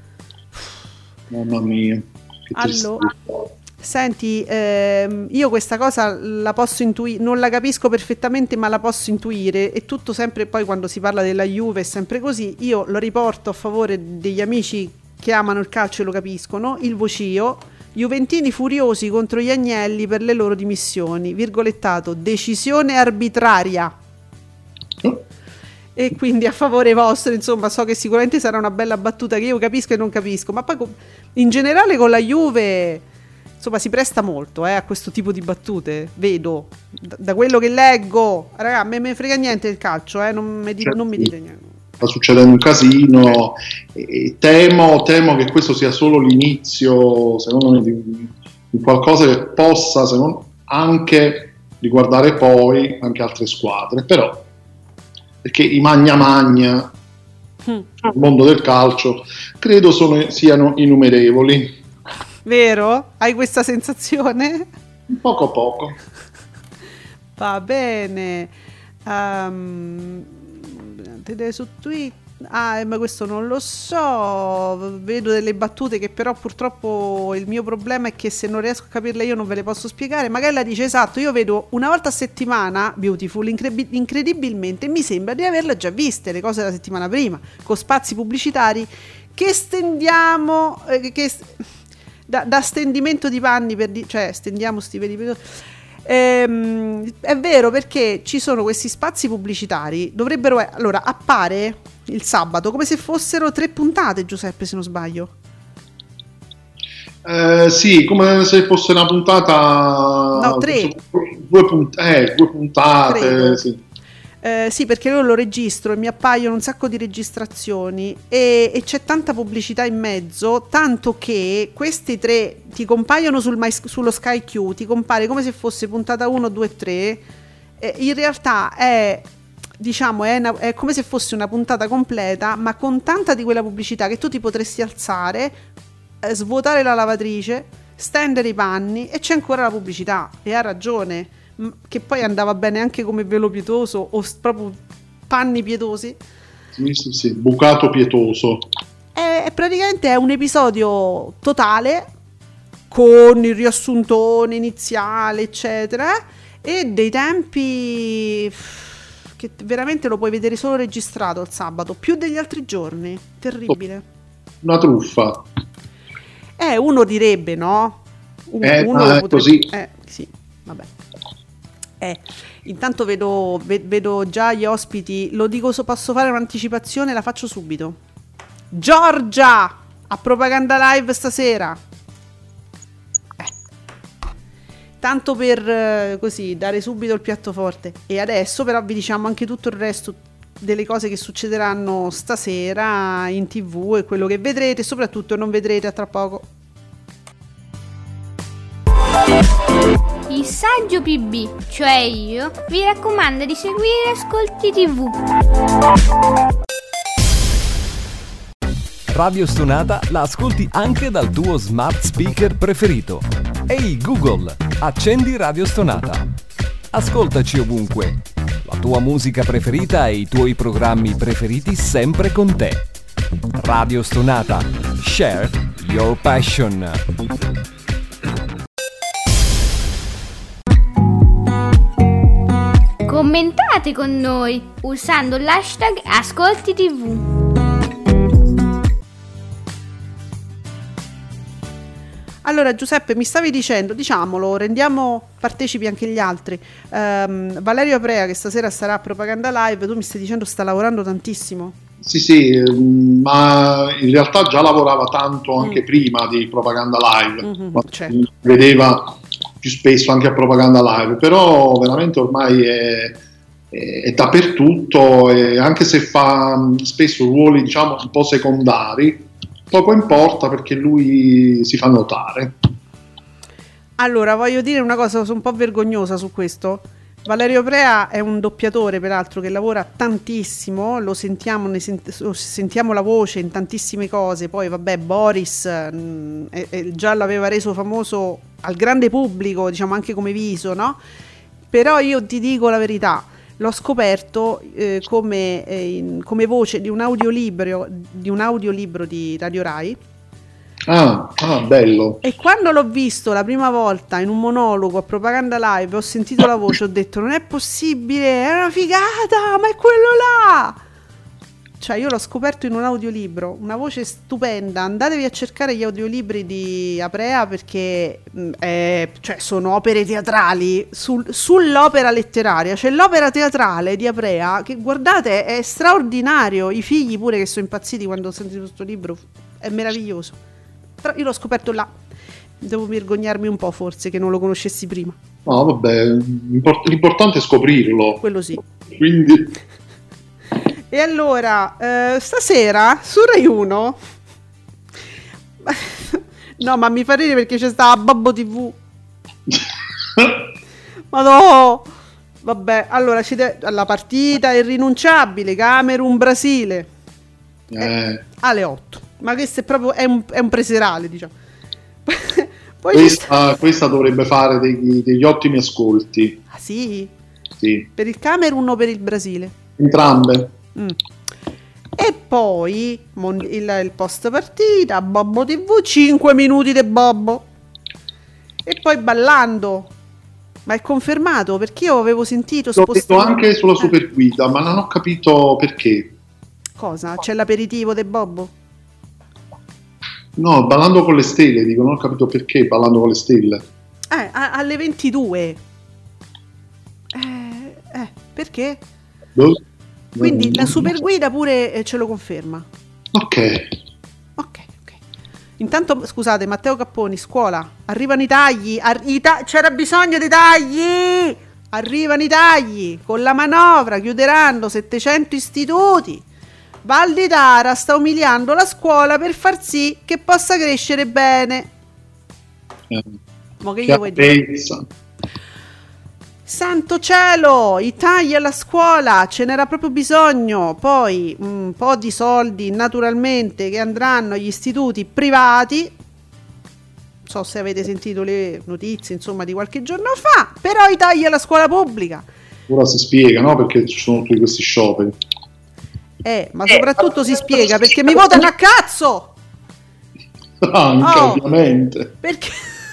Mamma mia. Che Allora, tristezza. senti, ehm, io questa cosa la posso intuire, non la capisco perfettamente, ma la posso intuire. E tutto sempre, poi quando si parla della Juve è sempre così. Io lo riporto a favore degli amici che amano il calcio e lo capiscono. Il vocio: Juventini furiosi contro gli Agnelli per le loro dimissioni, virgolettato, decisione arbitraria. Oh. E quindi a favore vostro, insomma, so che sicuramente sarà una bella battuta che io capisco e non capisco, ma poi co- in generale con la Juve, insomma, si presta molto eh, a questo tipo di battute, vedo, da, da quello che leggo. Raga, a me me frega niente il calcio, eh, non, mi di- Certo. non mi dite niente. Sta succedendo un casino e temo, temo che questo sia solo l'inizio, secondo me, di, di qualcosa che possa, secondo, anche riguardare poi anche altre squadre, però perché i magna magna Mm. nel mondo del calcio credo sono, siano innumerevoli, Vero? Hai questa sensazione? poco a poco. Va bene. Um, su Twitter. Ah, eh, ma questo non lo so. Vedo delle battute che però purtroppo il mio problema è che se non riesco a capirle io non ve le posso spiegare. Magari la dice esatto, io vedo una volta a settimana Beautiful, incre- incredibilmente mi sembra di averle già viste le cose della settimana prima, con spazi pubblicitari che stendiamo eh, che da, da stendimento di panni per di- cioè stendiamo sti veri per- Ehm, è vero, perché ci sono questi spazi pubblicitari, dovrebbero, allora appare il sabato, come se fossero tre puntate, Giuseppe, se non sbaglio. Eh, sì, come se fosse una puntata. No, tre. Due, punt- eh, due puntate. Sì. Eh, sì, perché io lo registro e mi appaiono un sacco di registrazioni e, e c'è tanta pubblicità in mezzo, tanto che questi tre ti compaiono sul My, sullo Sky Q, ti compare come se fosse puntata uno, due, tre. Eh, in realtà è, diciamo, è, una, è come se fosse una puntata completa, ma con tanta di quella pubblicità che tu ti potresti alzare, eh, svuotare la lavatrice, stendere i panni e c'è ancora la pubblicità. E ha ragione, che poi andava bene anche come velo pietoso o s- proprio panni pietosi. Sì, sì, sì, bucato pietoso. È, è praticamente è un episodio totale con il riassuntone iniziale, eccetera, e dei tempi che veramente lo puoi vedere solo registrato il sabato, più degli altri giorni. Terribile. Una truffa. Eh, uno direbbe, no? Un- Eh, uno ah, è potrebbe- così. Eh, sì, vabbè. Eh, intanto vedo, ve- vedo già gli ospiti. Lo dico, so, posso fare un'anticipazione? La faccio subito. Giorgia a Propaganda Live stasera. Eh. Tanto per eh, così dare subito il piatto forte. E adesso però vi diciamo anche tutto il resto delle cose che succederanno stasera in TV e quello che vedrete, e soprattutto non vedrete a tra poco. Il saggio P B, cioè io, vi raccomanda di seguire Ascolti tivù. Radio Stonata la ascolti anche dal tuo smart speaker preferito. Ehi Google, accendi Radio Stonata. Ascoltaci ovunque. La tua musica preferita e i tuoi programmi preferiti sempre con te. Radio Stonata. Share your passion. Commentate con noi usando l'hashtag Ascolti tivù. Allora Giuseppe, mi stavi dicendo, diciamolo, rendiamo partecipi anche gli altri. Ehm, Valerio Aprea, che stasera sarà a Propaganda Live, tu mi stai dicendo sta lavorando tantissimo. Sì, sì, ehm, ma in realtà già lavorava tanto anche Mm. prima di Propaganda Live, Mhm, quando certo. si vedeva più spesso anche a Propaganda Live, però veramente ormai è, è, è dappertutto, e anche se fa mh, spesso ruoli, diciamo, un po' secondari, poco importa perché lui si fa notare. Allora, voglio dire una cosa, sono un po' vergognosa su questo. Valerio Aprea è un doppiatore, peraltro, che lavora tantissimo, lo sentiamo, ne sent- lo sentiamo la voce in tantissime cose. Poi, vabbè, Boris mh, è- è- già l'aveva reso famoso al grande pubblico, diciamo anche come viso, no? Però io ti dico la verità, l'ho scoperto eh, come, eh, in- come voce di un audiolibro, di un audiolibro di Radio Rai. Ah, ah, bello. E quando l'ho visto la prima volta in un monologo a Propaganda Live, ho sentito la voce, ho detto non è possibile, è una figata, ma è quello là! Cioè io l'ho scoperto in un audiolibro, una voce stupenda. Andatevi a cercare gli audiolibri di Aprea perché mh, è- cioè, sono opere teatrali sul- sull'opera letteraria. C'è l'opera teatrale di Aprea che, guardate, è straordinario. I figli pure che sono impazziti quando ho sentito questo libro, è meraviglioso. Però io l'ho scoperto là. Devo vergognarmi un po', forse, che non lo conoscessi prima. No, vabbè, l'import- l'importante è scoprirlo. Quello sì. Quindi, E allora, eh, stasera su Rai uno no, ma mi fa ridere perché c'è sta Babbo tivù. Ma no! Vabbè, allora ci de- la partita irrinunciabile Camerun-Brasile eh, alle otto. Ma questo è proprio è un, è un preserale, diciamo. Poi ci sta- questa, questa dovrebbe fare degli, degli ottimi ascolti. Ah, sì? Sì, Per il Camerun o per il Brasile? entrambe. Mm. E poi mon- il, il post partita, Babbo tivù, cinque minuti di Babbo. E poi ballando. Ma è confermato? Perché io avevo sentito L'ho detto spostato- anche sulla Eh, Superguida, ma non ho capito perché. cosa? C'è l'aperitivo di Babbo? No, Ballando con le stelle, dico, non ho capito perché Ballando con le stelle. Eh, a- alle ventidue. Eh, eh, perché? Boh. Quindi Mm, la superguida pure eh, ce lo conferma. Ok. Ok, ok. Intanto, scusate, Matteo Capponi, scuola, arrivano i tagli, ar- i ta- c'era bisogno dei tagli, arrivano i tagli, con la manovra chiuderanno settecento istituti, Valditara sta umiliando la scuola per far sì che possa crescere bene. Eh, Ma che io vuoi dire? chiarezza. Santo cielo, i tagli alla scuola, ce n'era proprio bisogno. Poi un po' di soldi naturalmente che andranno agli istituti privati. Non so se avete sentito le notizie, insomma, di qualche giorno fa. Però i tagli alla scuola pubblica. Ora si spiega, no? Perché ci sono tutti questi scioperi. Eh, ma soprattutto si spiega perché mi votano a cazzo. Anche, Oh. ovviamente. Perché,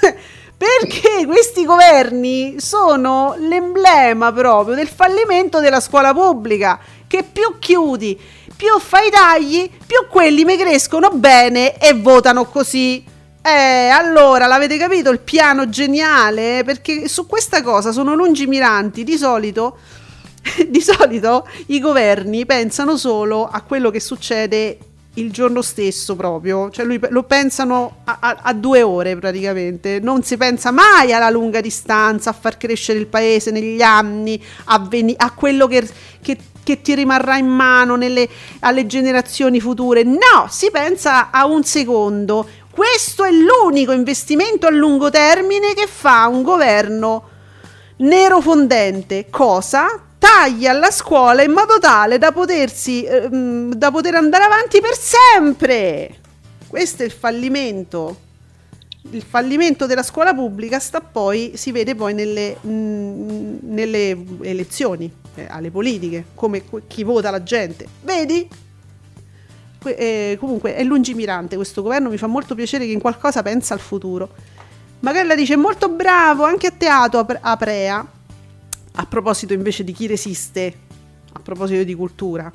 perché questi governi sono l'emblema proprio del fallimento della scuola pubblica, che più chiudi, più fai tagli, più quelli mi crescono bene e votano così. Eh, allora, l'avete capito il piano geniale? Perché su questa cosa sono lungimiranti, di solito, di solito i governi pensano solo a quello che succede il giorno stesso proprio, cioè lui, lo pensano a, a, a due ore praticamente, non si pensa mai alla lunga distanza, a far crescere il paese negli anni, a, veni- a quello che, che, che ti rimarrà in mano nelle, alle generazioni future. No, si pensa a un secondo. Questo è l'unico investimento a lungo termine che fa un governo nero fondente. Cosa? Tagli alla scuola in modo tale da potersi ehm, da poter andare avanti per sempre. Questo è il fallimento. Il fallimento della scuola pubblica sta poi si vede poi nelle, mh, nelle elezioni, eh, alle politiche, come chi vota la gente. Vedi? Que- eh, comunque è lungimirante questo governo, mi fa molto piacere che in qualcosa pensa al futuro. Magari la dice molto bravo anche a teatro a Pre- a Prea. A proposito invece di chi resiste, a proposito di cultura,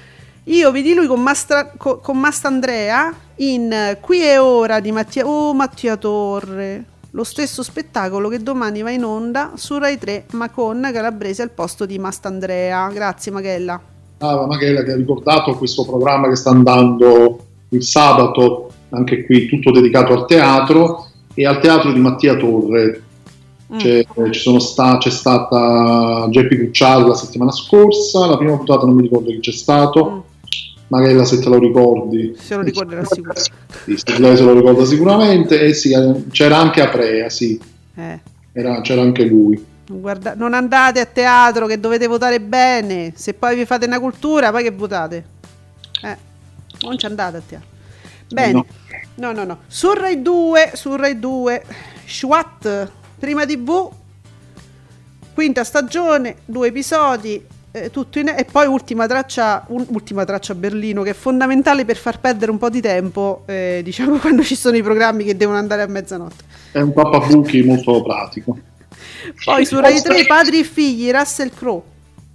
io vidi lui con, Mastra, co, con Mastandrea in Qui e Ora di Mattia, oh, Mattia Torre, lo stesso spettacolo che domani va in onda su Rai tre, ma con Calabrese al posto di Mastandrea. Grazie Maghella. Ah, Maghella che ha ricordato questo programma che sta andando il sabato, anche qui tutto dedicato al teatro e al teatro di Mattia Torre. C'è, ci sono sta, c'è stata Geppi Cucciari la settimana scorsa, la prima puntata non mi ricordo chi c'è stato, mm. Magari se te lo ricordi, se lo ricorderà sicuramente. Sì, se lei se lo ricorda sicuramente. E sì, c'era anche Aprea, sì, eh. Era, c'era anche lui. Guarda, non andate a teatro che dovete votare bene, se poi vi fate una cultura poi che votate, eh, non ci andate a teatro. Bene, no no no, no. Su Rai due, su Rai due Schwat Prima tivù, quinta stagione, due episodi, eh, tutto in, e poi ultima traccia, un, ultima traccia a Berlino, che è fondamentale per far perdere un po' di tempo, eh, diciamo quando ci sono i programmi che devono andare a mezzanotte. È un pappabuchi molto pratico. Poi su Rai tre, Padri e figli, Russell Crowe,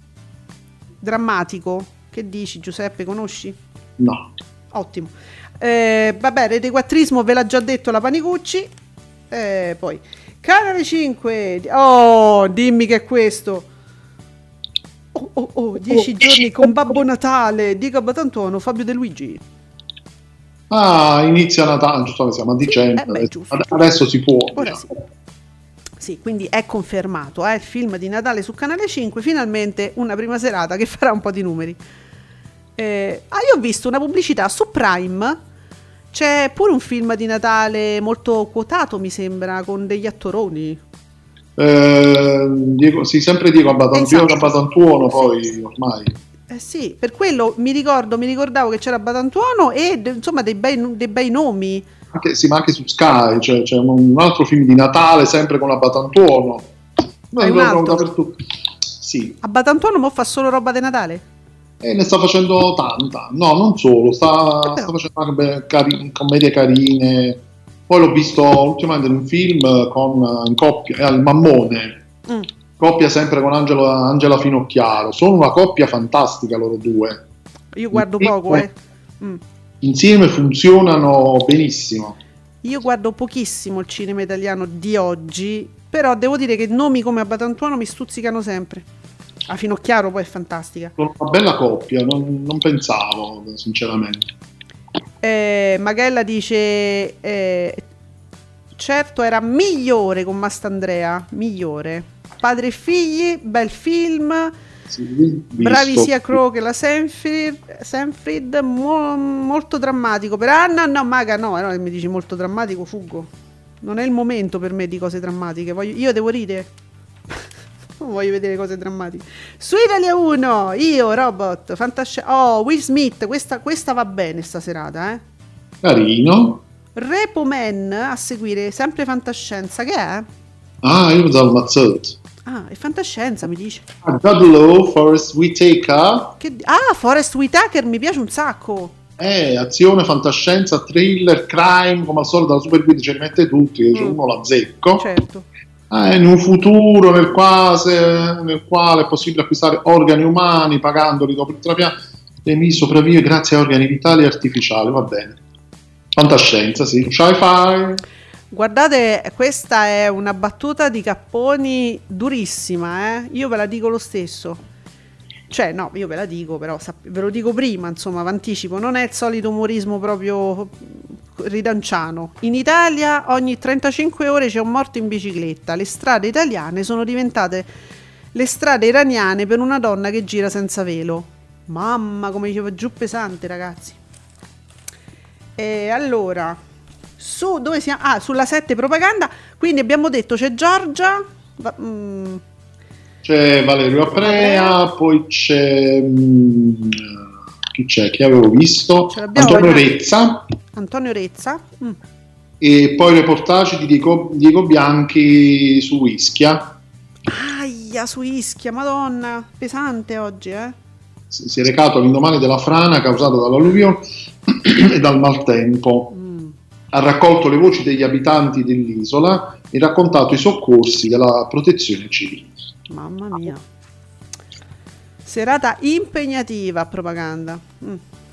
drammatico. Che dici Giuseppe, conosci? No. Ottimo. Eh, vabbè, retequattrismo ve l'ha già detto la Panicucci. Eh, poi Canale cinque, oh, dimmi che è questo. Oh, oh, oh, dieci giorni con Babbo Natale, Diego Batantuono, Fabio De Luigi. Ah, inizia Natale, giusto, siamo a dicembre. Sì, eh beh, adesso si può. Ora sì. Sì, quindi è confermato, eh, il film di Natale su Canale cinque, finalmente una prima serata che farà un po' di numeri. Eh, ah, io ho visto una pubblicità su Prime. C'è pure un film di Natale molto quotato, mi sembra, con degli attoroni. Eh, Diego, sì, sempre Diego Batantuono, esatto. Batantuono poi sì, ormai. Eh sì, per quello mi ricordo, mi ricordavo che c'era Batantuono e insomma dei bei, dei bei nomi. Anche, sì, ma anche su Sky c'è, c'è un altro film di Natale sempre con la Batantuono. Hai un altro? Sì. A Batantuono mo fa solo roba di Natale? E ne sta facendo tanta, no, non solo, sta, sta facendo anche cari- commedie carine. Poi l'ho visto ultimamente in un film con in coppia, al Mammone, mm. coppia sempre con Angelo, Angela Finocchiaro. Sono una coppia fantastica loro due. Io guardo insieme, poco, eh. Mm. Insieme funzionano benissimo. Io guardo pochissimo il cinema italiano di oggi, però devo dire che nomi come Batantuono mi stuzzicano sempre. A Finocchiaro poi è fantastica. Sono una bella coppia, non, non pensavo, sinceramente. Eh, Magella dice eh, certo era migliore con Mastandrea, migliore. Padre e figli, bel film. Sì, visto. Bravi sia Crow che la Sanford, Sanford mo- molto drammatico per Anna. No, Maga, no, no, mi dici molto drammatico, fuggo. Non è il momento per me di cose drammatiche. Voglio, io devo ridere. Non voglio vedere cose drammatiche. Su Italia uno, io, Robot, fantascienza. Oh, Will Smith, questa, questa va bene sta serata, eh. Carino. Repo Man a seguire, sempre fantascienza, che è? Ah, io pensavo ammazzato. Ah, è fantascienza, mi dice. God Low, Forest Whitaker. Che, ah, Forest Whitaker mi piace un sacco. Eh, azione, fantascienza, thriller, crime, come al solito la Super Guide ce li mette tutti, mm. uno la zecco. Certo. Eh, in un futuro nel quale, nel quale è possibile acquistare organi umani pagandoli dopo il trapianto, e mi sopravvive grazie a organi vitali e artificiali, va bene. Fantascienza, sì. Sci-fi. Guardate, questa è una battuta di Capponi durissima, eh? Io ve la dico lo stesso. Cioè, no, io ve la dico, però ve lo dico prima, insomma, v'anticipo. Non è il solito umorismo proprio ridanciano. In Italia ogni trentacinque ore c'è un morto in bicicletta. Le strade italiane sono diventate le strade iraniane per una donna che gira senza velo. Mamma, come diceva giù pesante, ragazzi. E allora, su dove siamo? Ah, sulla sette propaganda. Quindi abbiamo detto c'è Giorgia, va, mm, c'è Valerio Aprea, poi c'è mh, chi c'è? Chi avevo visto? Antonio Rezza. Antonio Rezza. Mm. E poi reportage di Diego, Diego Bianchi su Ischia. Aia, su Ischia, madonna, pesante oggi, eh? Si, si è recato all'indomani della frana causata dall'alluvione e dal maltempo. Mm. Ha raccolto le voci degli abitanti dell'isola e raccontato i soccorsi della protezione civile. Mamma mia. Serata impegnativa a propaganda. Mm.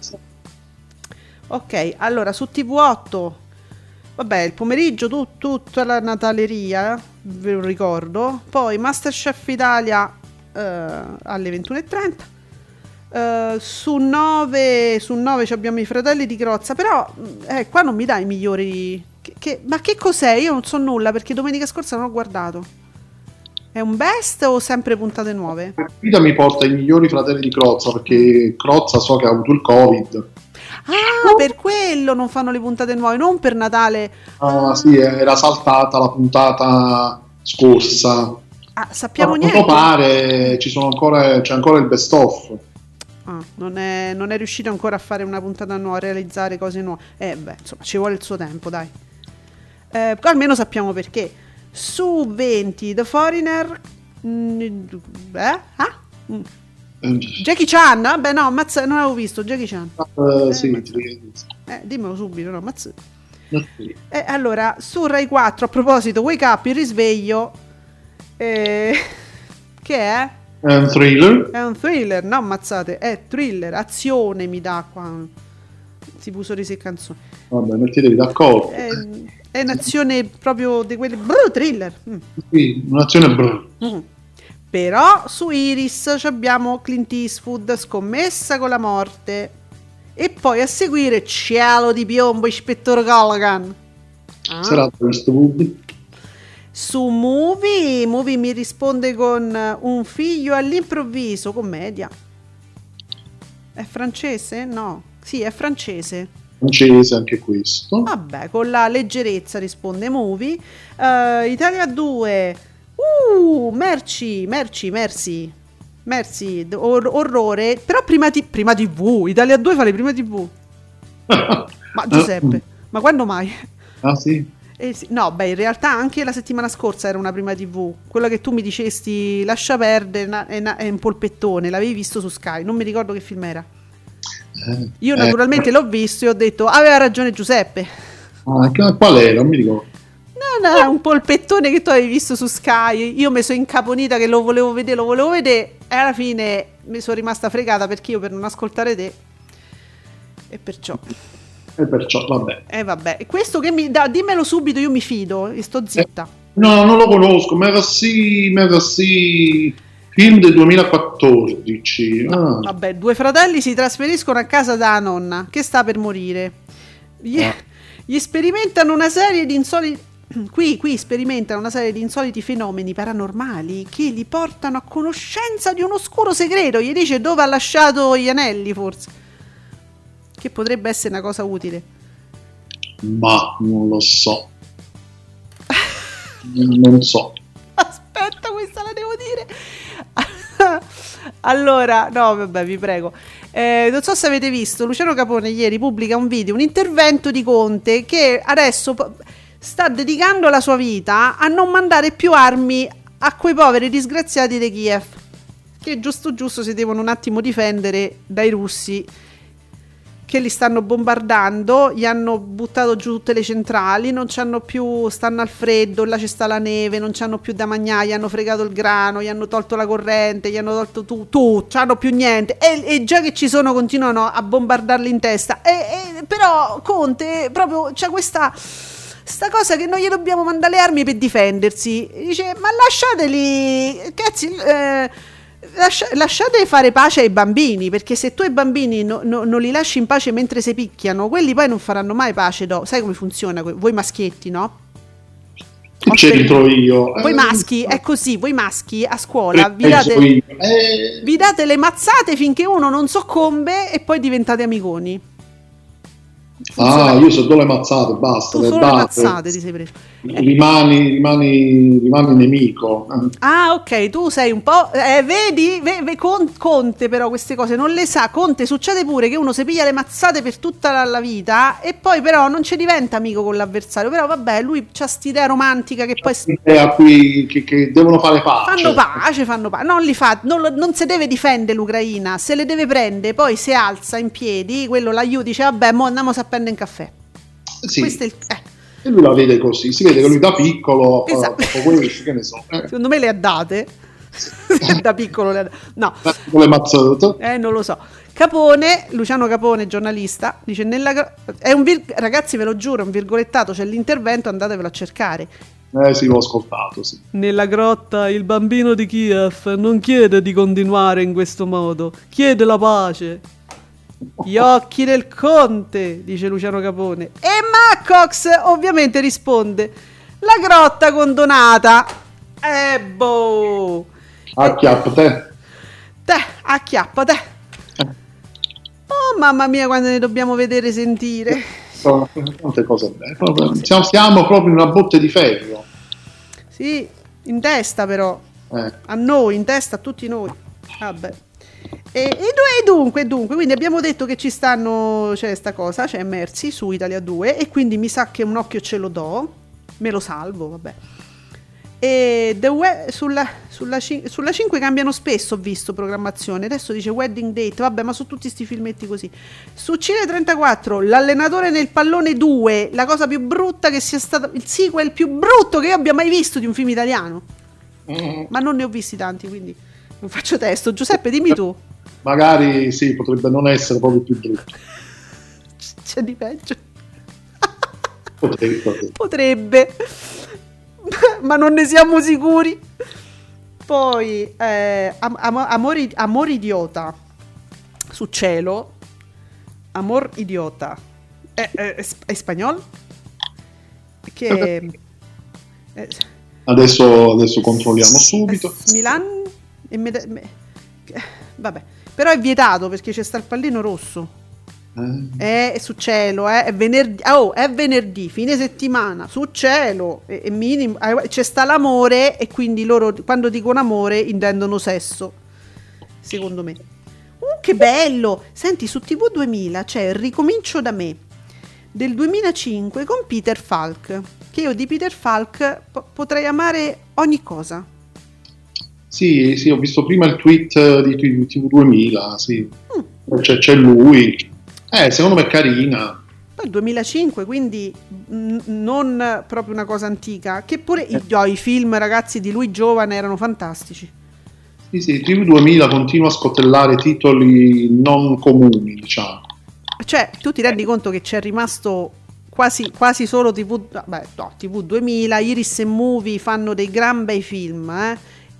Ok, allora su T V otto, vabbè, il pomeriggio tu, tutta la nataleria, ve lo ricordo. Poi Masterchef Italia eh, alle ventuno e trenta. Uh, su nove su nove abbiamo i Fratelli di Crozza, però eh, qua non mi dai i migliori che, che, ma che cos'è? Io non so nulla perché domenica scorsa non ho guardato. È un best o sempre puntate nuove? La vita mi porta i migliori Fratelli di Crozza perché Crozza so che ha avuto il Covid. Ah, per quello non fanno le puntate nuove, non per Natale. Ah, ah. Sì, era saltata la puntata scorsa. Ah, sappiamo a niente. quanto pare ci sono ancora, c'è ancora il best of. Ah, non è, non è riuscito ancora a fare una puntata nuova, a realizzare cose nuove. Eh beh, insomma, ci vuole il suo tempo, dai. Eh, almeno sappiamo perché. Su venti The Foreigner. Mh, eh? Ah? Mm. Jackie Chan? Vabbè, no, mazz- non avevo visto Jackie Chan. Uh, eh, sì, eh, dimmelo subito, no, mazz- eh, allora, su Rai quattro, a proposito, Wake Up, il risveglio. Eh, che è? È un thriller. È un thriller, no, ammazzate, è thriller, azione mi dà qua. Si puso risi e canzoni. Vabbè, mettetevi d'accordo. È, è un'azione proprio di quelli brr, thriller. Mm. Sì, un'azione brr. Mm. Però su Iris abbiamo Clint Eastwood, Scommessa con la morte. E poi a seguire Cielo di piombo, Ispettore Callaghan. Ah. Serata questo movie. Su Movie, Movie mi risponde con Un figlio all'improvviso, commedia. È francese? No. Sì, è francese. Francese anche questo. Vabbè, con la leggerezza risponde Movie. Uh, Italia due. Uh, merci, merci, merci. Merci, or- orrore. Però prima, ti- prima tivù. Italia due fa le prime tivù. Ma Giuseppe, ma quando mai? Ah sì? Eh sì, no, beh, in realtà anche la settimana scorsa era una prima tivù. Quella che tu mi dicesti lascia perdere na- è, na- è un polpettone, l'avevi visto su Sky, non mi ricordo che film era. Eh, Io naturalmente eh. l'ho visto e ho detto aveva ragione Giuseppe. Ah, qual era? Non mi ricordo. No, no, un polpettone che tu avevi visto su Sky. Io mi sono incaponita che lo volevo vedere, lo volevo vedere e alla fine mi sono rimasta fregata perché io per non ascoltare te e perciò E perciò, vabbè. E eh, vabbè. E questo che mi dà, dimmelo subito, io mi fido e sto zitta. Eh, no, non lo conosco. Merci, merci. Film del duemilaquattordici. Ah. Vabbè, due fratelli si trasferiscono a casa da nonna che sta per morire. Gli, Ah. gli sperimentano una serie di insoliti. Qui, qui sperimentano una serie di insoliti fenomeni paranormali che li portano a conoscenza di un oscuro segreto. Gli dice dove ha lasciato gli anelli, forse. Che potrebbe essere una cosa utile. Ma non lo so. Non so. Aspetta, questa la devo dire. Allora, no, vabbè, vi prego. Eh, non so se avete visto, Luciano Capone ieri pubblica un video, un intervento di Conte che adesso po- sta dedicando la sua vita a non mandare più armi a quei poveri disgraziati di Kiev, che giusto giusto si devono un attimo difendere dai russi che li stanno bombardando, gli hanno buttato giù tutte le centrali, non c'hanno più, stanno al freddo, là ci sta la neve, non c'hanno più da mangiare, gli hanno fregato il grano, gli hanno tolto la corrente, gli hanno tolto tu, tu, c'hanno più niente, e, e già che ci sono continuano a bombardarli in testa, e, e, però Conte proprio c'ha questa sta cosa che noi gli dobbiamo mandare le armi per difendersi, dice ma lasciateli, cazzi, eh, Lascia, lasciate fare pace ai bambini, perché se tu ai bambini no, no, non li lasci in pace mentre si picchiano, quelli poi non faranno mai pace. No? Sai come funziona? Voi maschietti, no? Che c'entro io? Voi Eh, maschi, è così, voi maschi a scuola vi penso date, io. Eh, vi date le mazzate finché uno non soccombe e poi diventate amiconi. Funziona ah, così. io so due le mazzate, basta. Tu le solo le date. mazzate ti sei preso. Rimani, rimani, rimani nemico. Ah, ok, tu sei un po'. Eh, vedi, ve, ve- Con- Conte, però, queste cose non le sa. Conte, succede pure che uno si piglia le mazzate per tutta la, la vita e poi, però, non ci diventa amico con l'avversario. Però, vabbè, lui c'ha st'idea romantica che poi. s- A cui che, che devono fare pace. Fanno pace, fanno pace. Non li fa, non, lo- non si deve difendere l'Ucraina, se le deve prendere, poi si alza in piedi, quello l'aiuta, dice, vabbè, mo andiamo a prendere un caffè. Sì. Questo è il. Eh. E lui la vede così, si vede che lui da piccolo ha Esatto. fatto questo, che ne so, eh, Secondo me le ha date. Da piccolo le ha date. No. con le mazzate. Eh, non lo so. Capone, Luciano Capone, giornalista, dice nella gro- è un vir- ragazzi, ve lo giuro, è un virgolettato, c'è l'intervento, andatevelo a cercare. Eh sì, l'ho ascoltato, sì. Nella grotta il bambino di Kiev non chiede di continuare in questo modo, chiede la pace. Gli occhi del conte, dice Luciano Capone. E Maccox ovviamente risponde: la grotta condonata. Eh boh. Acchiappa te. Te, acchiappa te. Oh mamma mia, quando ne dobbiamo vedere e sentire. Sono tante cose belle. Proprio- Siamo, siamo proprio in una botte di ferro. Sì, in testa però. Eh. A noi, in testa a tutti noi. Vabbè. E, e due- e dunque, dunque, quindi abbiamo detto che ci stanno, c'è sta cosa, c'è Merzi su Italia due e quindi mi sa che un occhio ce lo do, me lo salvo, vabbè. E The We- sulla, sulla, cin- sulla cinque cambiano spesso, ho visto programmazione, adesso dice Wedding Date, vabbè, ma su tutti sti filmetti così. Su Cine trentaquattro, L'allenatore nel pallone due, la cosa più brutta che sia stata, il sequel più brutto che io abbia mai visto di un film italiano, Mm. ma non ne ho visti tanti, quindi non faccio testo. Giuseppe, dimmi tu. Magari sì, potrebbe non essere proprio più brutto. C'è di peggio. Potrebbe, potrebbe. Potrebbe, ma non ne siamo sicuri. Poi eh, am- am- amor, amor idiota su Cielo. Amor idiota è, è, è, è spagnolo che eh, Adesso, adesso controlliamo subito. è Milan e Mede- me- eh, vabbè, però è vietato perché c'è sta il pallino rosso. Eh. È su Cielo, eh, è venerdì, oh, è venerdì, fine settimana, su Cielo, e, e minimo, eh, c'è sta l'amore e quindi loro quando dicono amore intendono sesso, secondo me. Uh, che bello! Senti, su T V duemila c'è Ricomincio da me, del duemilacinque con Peter Falk, che io di Peter Falk po- potrei amare ogni cosa. Sì, sì, ho visto prima il tweet di T V duemila, sì. Mm. C'è, c'è lui. Eh, secondo me è carina. Poi duemilacinque, quindi mh, non proprio una cosa antica, che pure i, oh, i film, ragazzi, di lui giovane erano fantastici. Sì, sì, T V duemila continua a scotellare titoli non comuni, diciamo. Cioè, tu ti rendi conto che c'è rimasto quasi, quasi solo T V, beh, no, T V duemila, Iris e Movie fanno dei gran bei film, eh?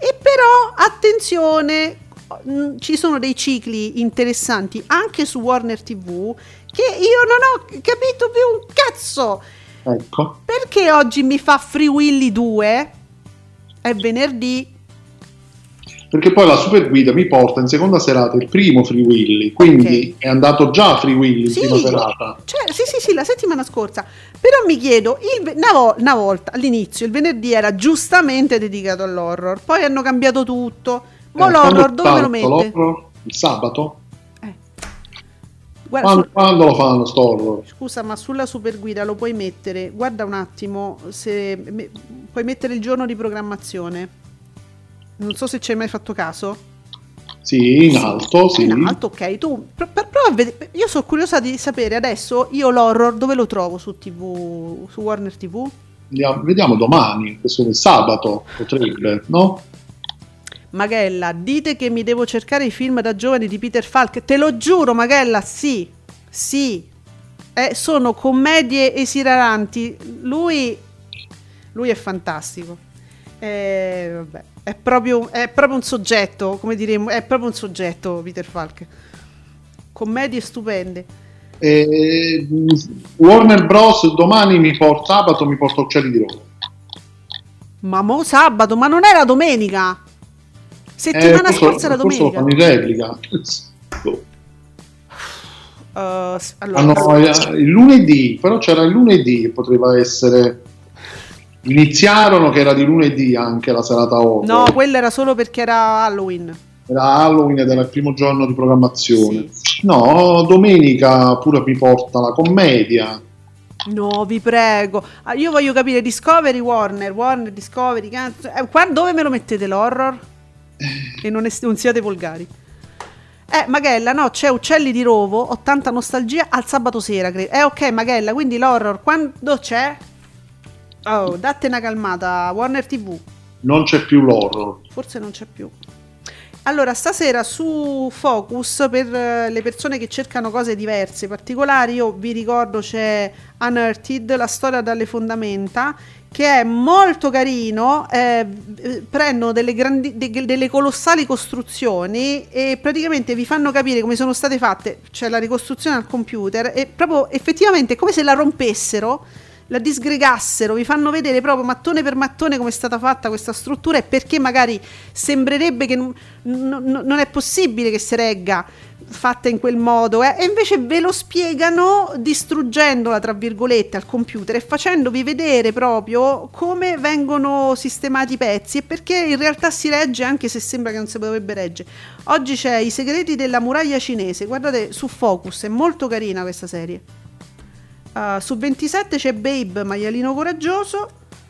E però attenzione, mh, ci sono dei cicli interessanti anche su Warner tivù che io non ho capito più un cazzo. Ecco. Perché oggi mi fa Free Willy due? È venerdì. Perché poi la super guida mi porta in seconda serata il primo Free Willy, quindi Okay. è andato già Free Willy in Sì, prima serata. cioè, sì, sì, sì, la settimana scorsa. Però mi chiedo, il ve- una, vo- una volta all'inizio il venerdì era giustamente dedicato all'horror, poi hanno cambiato tutto. Mo Eh, l'horror quando dove me lo tanto mette? l'horror? Il sabato? Eh. Guarda, Quando, sul- quando lo fanno sto horror? scusa, ma sulla super guida lo puoi mettere? Guarda un attimo, se me- puoi mettere il giorno di programmazione. Non so se ci hai mai fatto caso. Sì, in alto, sì. In alto, ok. Tu pro- pro- prova a vedere. Io sono curiosa di sapere adesso io l'horror dove lo trovo su tivù, su Warner tivù. Andiamo- vediamo domani, questo è il sabato, potrebbe, no? Magella, dite che mi devo cercare i film da giovani di Peter Falk. Te lo giuro, Magella, sì. Sì. Eh, sono commedie esilaranti. Lui lui è fantastico. Eh, vabbè, è proprio è proprio un soggetto, come diremmo, è proprio un soggetto Peter Falk. Commedie stupende. E, mh, Warner Bros. Domani mi porta, sabato mi porta Uccelli di Roma. Ma mo sabato, ma non era domenica. Settimana Eh, forse- scorsa era forse lo domenica. fanno in replica. Boh. Uh, s- allora, Hanno, eh, il lunedì, però c'era il lunedì che poteva essere. Iniziarono che era di lunedì anche la serata horror. no, quello era solo perché era Halloween. Era Halloween ed era il primo giorno di programmazione. No, domenica pure mi porta la commedia. No, vi prego. Ah, io voglio capire Discovery, Warner, Warner, Discovery, cazzo. Eh, qua dove me lo mettete l'horror? E non, es- non siate volgari. Eh, Magella, no, c'è Uccelli di Rovo, ottanta nostalgia al sabato sera, credo. Eh, ok, Magella, quindi l'horror quando c'è? Oh, datte una calmata, Warner tivù. Non c'è più l'horror. Forse non c'è più. Allora, stasera su Focus, per eh, le persone che cercano cose diverse, particolari, io vi ricordo c'è Unearthed, la storia dalle fondamenta, che è molto carino. Eh, eh, prendono delle, grandi, de- delle colossali costruzioni e praticamente vi fanno capire come sono state fatte, cioè la ricostruzione al computer, e proprio effettivamente è come se la rompessero, la disgregassero, vi fanno vedere proprio mattone per mattone come è stata fatta questa struttura e perché magari sembrerebbe che non, non- non è possibile che si regga fatta in quel modo, eh, e invece ve lo spiegano distruggendola tra virgolette al computer e facendovi vedere proprio come vengono sistemati i pezzi e perché in realtà si regge anche se sembra che non si dovrebbe reggere. Oggi c'è I segreti della muraglia cinese, guardate su Focus, è molto carina questa serie. Uh, su ventisette c'è Babe, maialino coraggioso.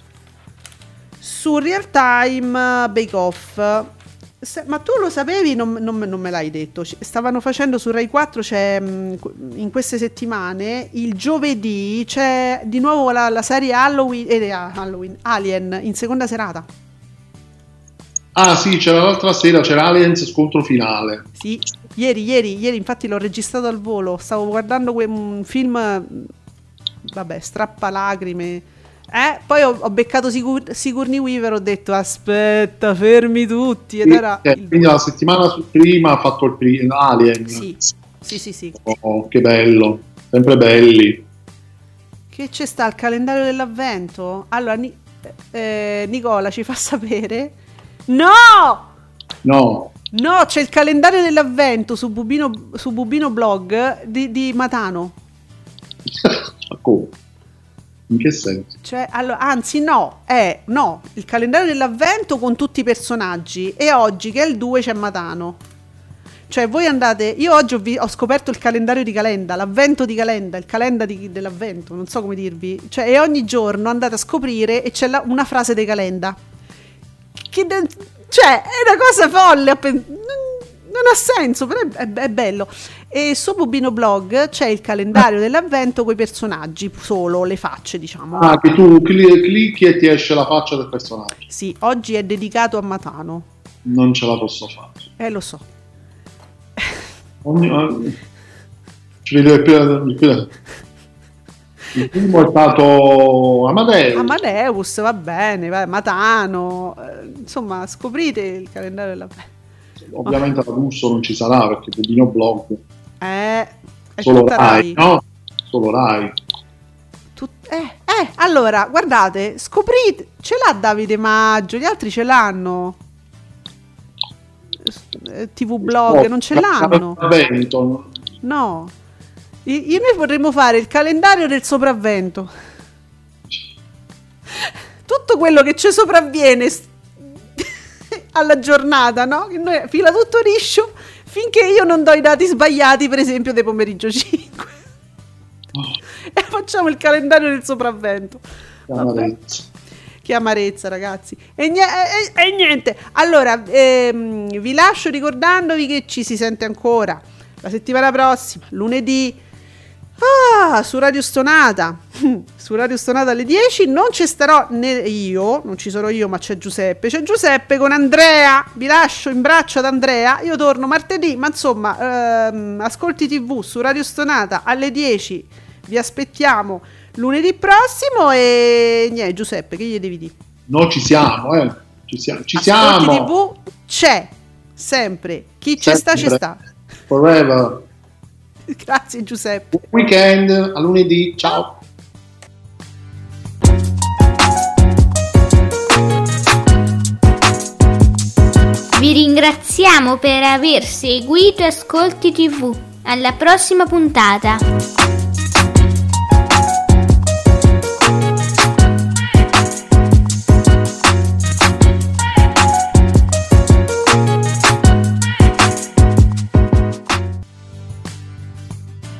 Su Real Time uh, Bake Off. Se- ma tu lo sapevi? Non, non me- non me l'hai detto. C- stavano facendo su Rai quattro, c'è mh, in queste settimane il giovedì c'è di nuovo la, la serie Halloween, eh, Halloween Alien in seconda serata. Ah sì, c'era l'altra sera, c'era Aliens scontro finale. Sì, ieri, ieri, ieri infatti l'ho registrato al volo. Stavo guardando que- un film, vabbè, strappalacrime. Eh, poi ho, ho beccato Sigur- Sigourney Weaver, ho detto aspetta, fermi tutti. Ed era Eh, il- quindi la settimana su- prima ha fatto il pri- Alien. Sì, sì, sì, sì. Oh, che bello, sempre belli. Che c'è sta il calendario dell'avvento? Allora, Ni- eh, Nicola ci fa sapere. No! No, No, c'è il calendario dell'avvento su Bubino, su Bubino Blog di, di Matano. ma come? In che senso? Cioè, allora, anzi no, è no, il calendario dell'avvento con tutti i personaggi e oggi che è il due c'è Matano. Cioè voi andate, io oggi ho, vi- ho scoperto il calendario di Calenda, l'avvento di Calenda, il calenda di- dell'avvento, non so come dirvi. Cioè, e ogni giorno andate a scoprire e c'è la- una frase di Calenda. Che de- cioè, è una cosa folle, a pen- non, non ha senso, però è, è- è bello. E su Bubino Blog c'è il calendario dell'avvento con i personaggi, solo le facce, diciamo. Ah, che tu cli- clicchi e ti esce la faccia del personaggio. Sì, oggi è dedicato a Matano. Non ce la posso fare. Eh, lo so. Ogni- ogni- Ci vedo più, più- Il primo è stato Amadeus. Amadeus, va bene, vai, Matano, eh, insomma, scoprite il calendario dell'avvento. Ovviamente la Russo non ci sarà perché Bubino Blog Eh, è solo tutta Rai, no? Solo Rai. Tut- eh, eh, allora, guardate, scoprite, ce l'ha Davide Maggio, gli altri ce l'hanno. Eh, T V Blog, non ce l'hanno. Avvento. No. I- Io noi vorremmo fare il calendario del sopravvento. Tutto quello che ci sopravviene s- alla giornata, no? Che noi fila tutto liscio finché io non do i dati sbagliati, per esempio, dei pomeriggio cinque. E facciamo il calendario del sopravvento. Vabbè. Che amarezza, ragazzi. E, nie- e- e niente. Allora, ehm, vi lascio ricordandovi che ci si sente ancora la settimana prossima, lunedì, ah, su Radio Stonata. Su Radio Stonata alle dieci. Non ci starò né io, non ci sarò io, ma c'è Giuseppe. C'è Giuseppe con Andrea. Vi lascio in braccio ad Andrea. Io torno martedì, ma insomma, ehm, Ascolti tivù su Radio Stonata alle dieci. Vi aspettiamo lunedì prossimo. E niente, Giuseppe, che gli devi dire? No, ci siamo, eh. Ci siamo. Ci Ascolti siamo. tivù c'è sempre. Chi ci sta, ci sta. Forever. Grazie Giuseppe. Buon weekend, a lunedì. Ciao. Vi ringraziamo per aver seguito Ascolti tivù. Alla prossima puntata.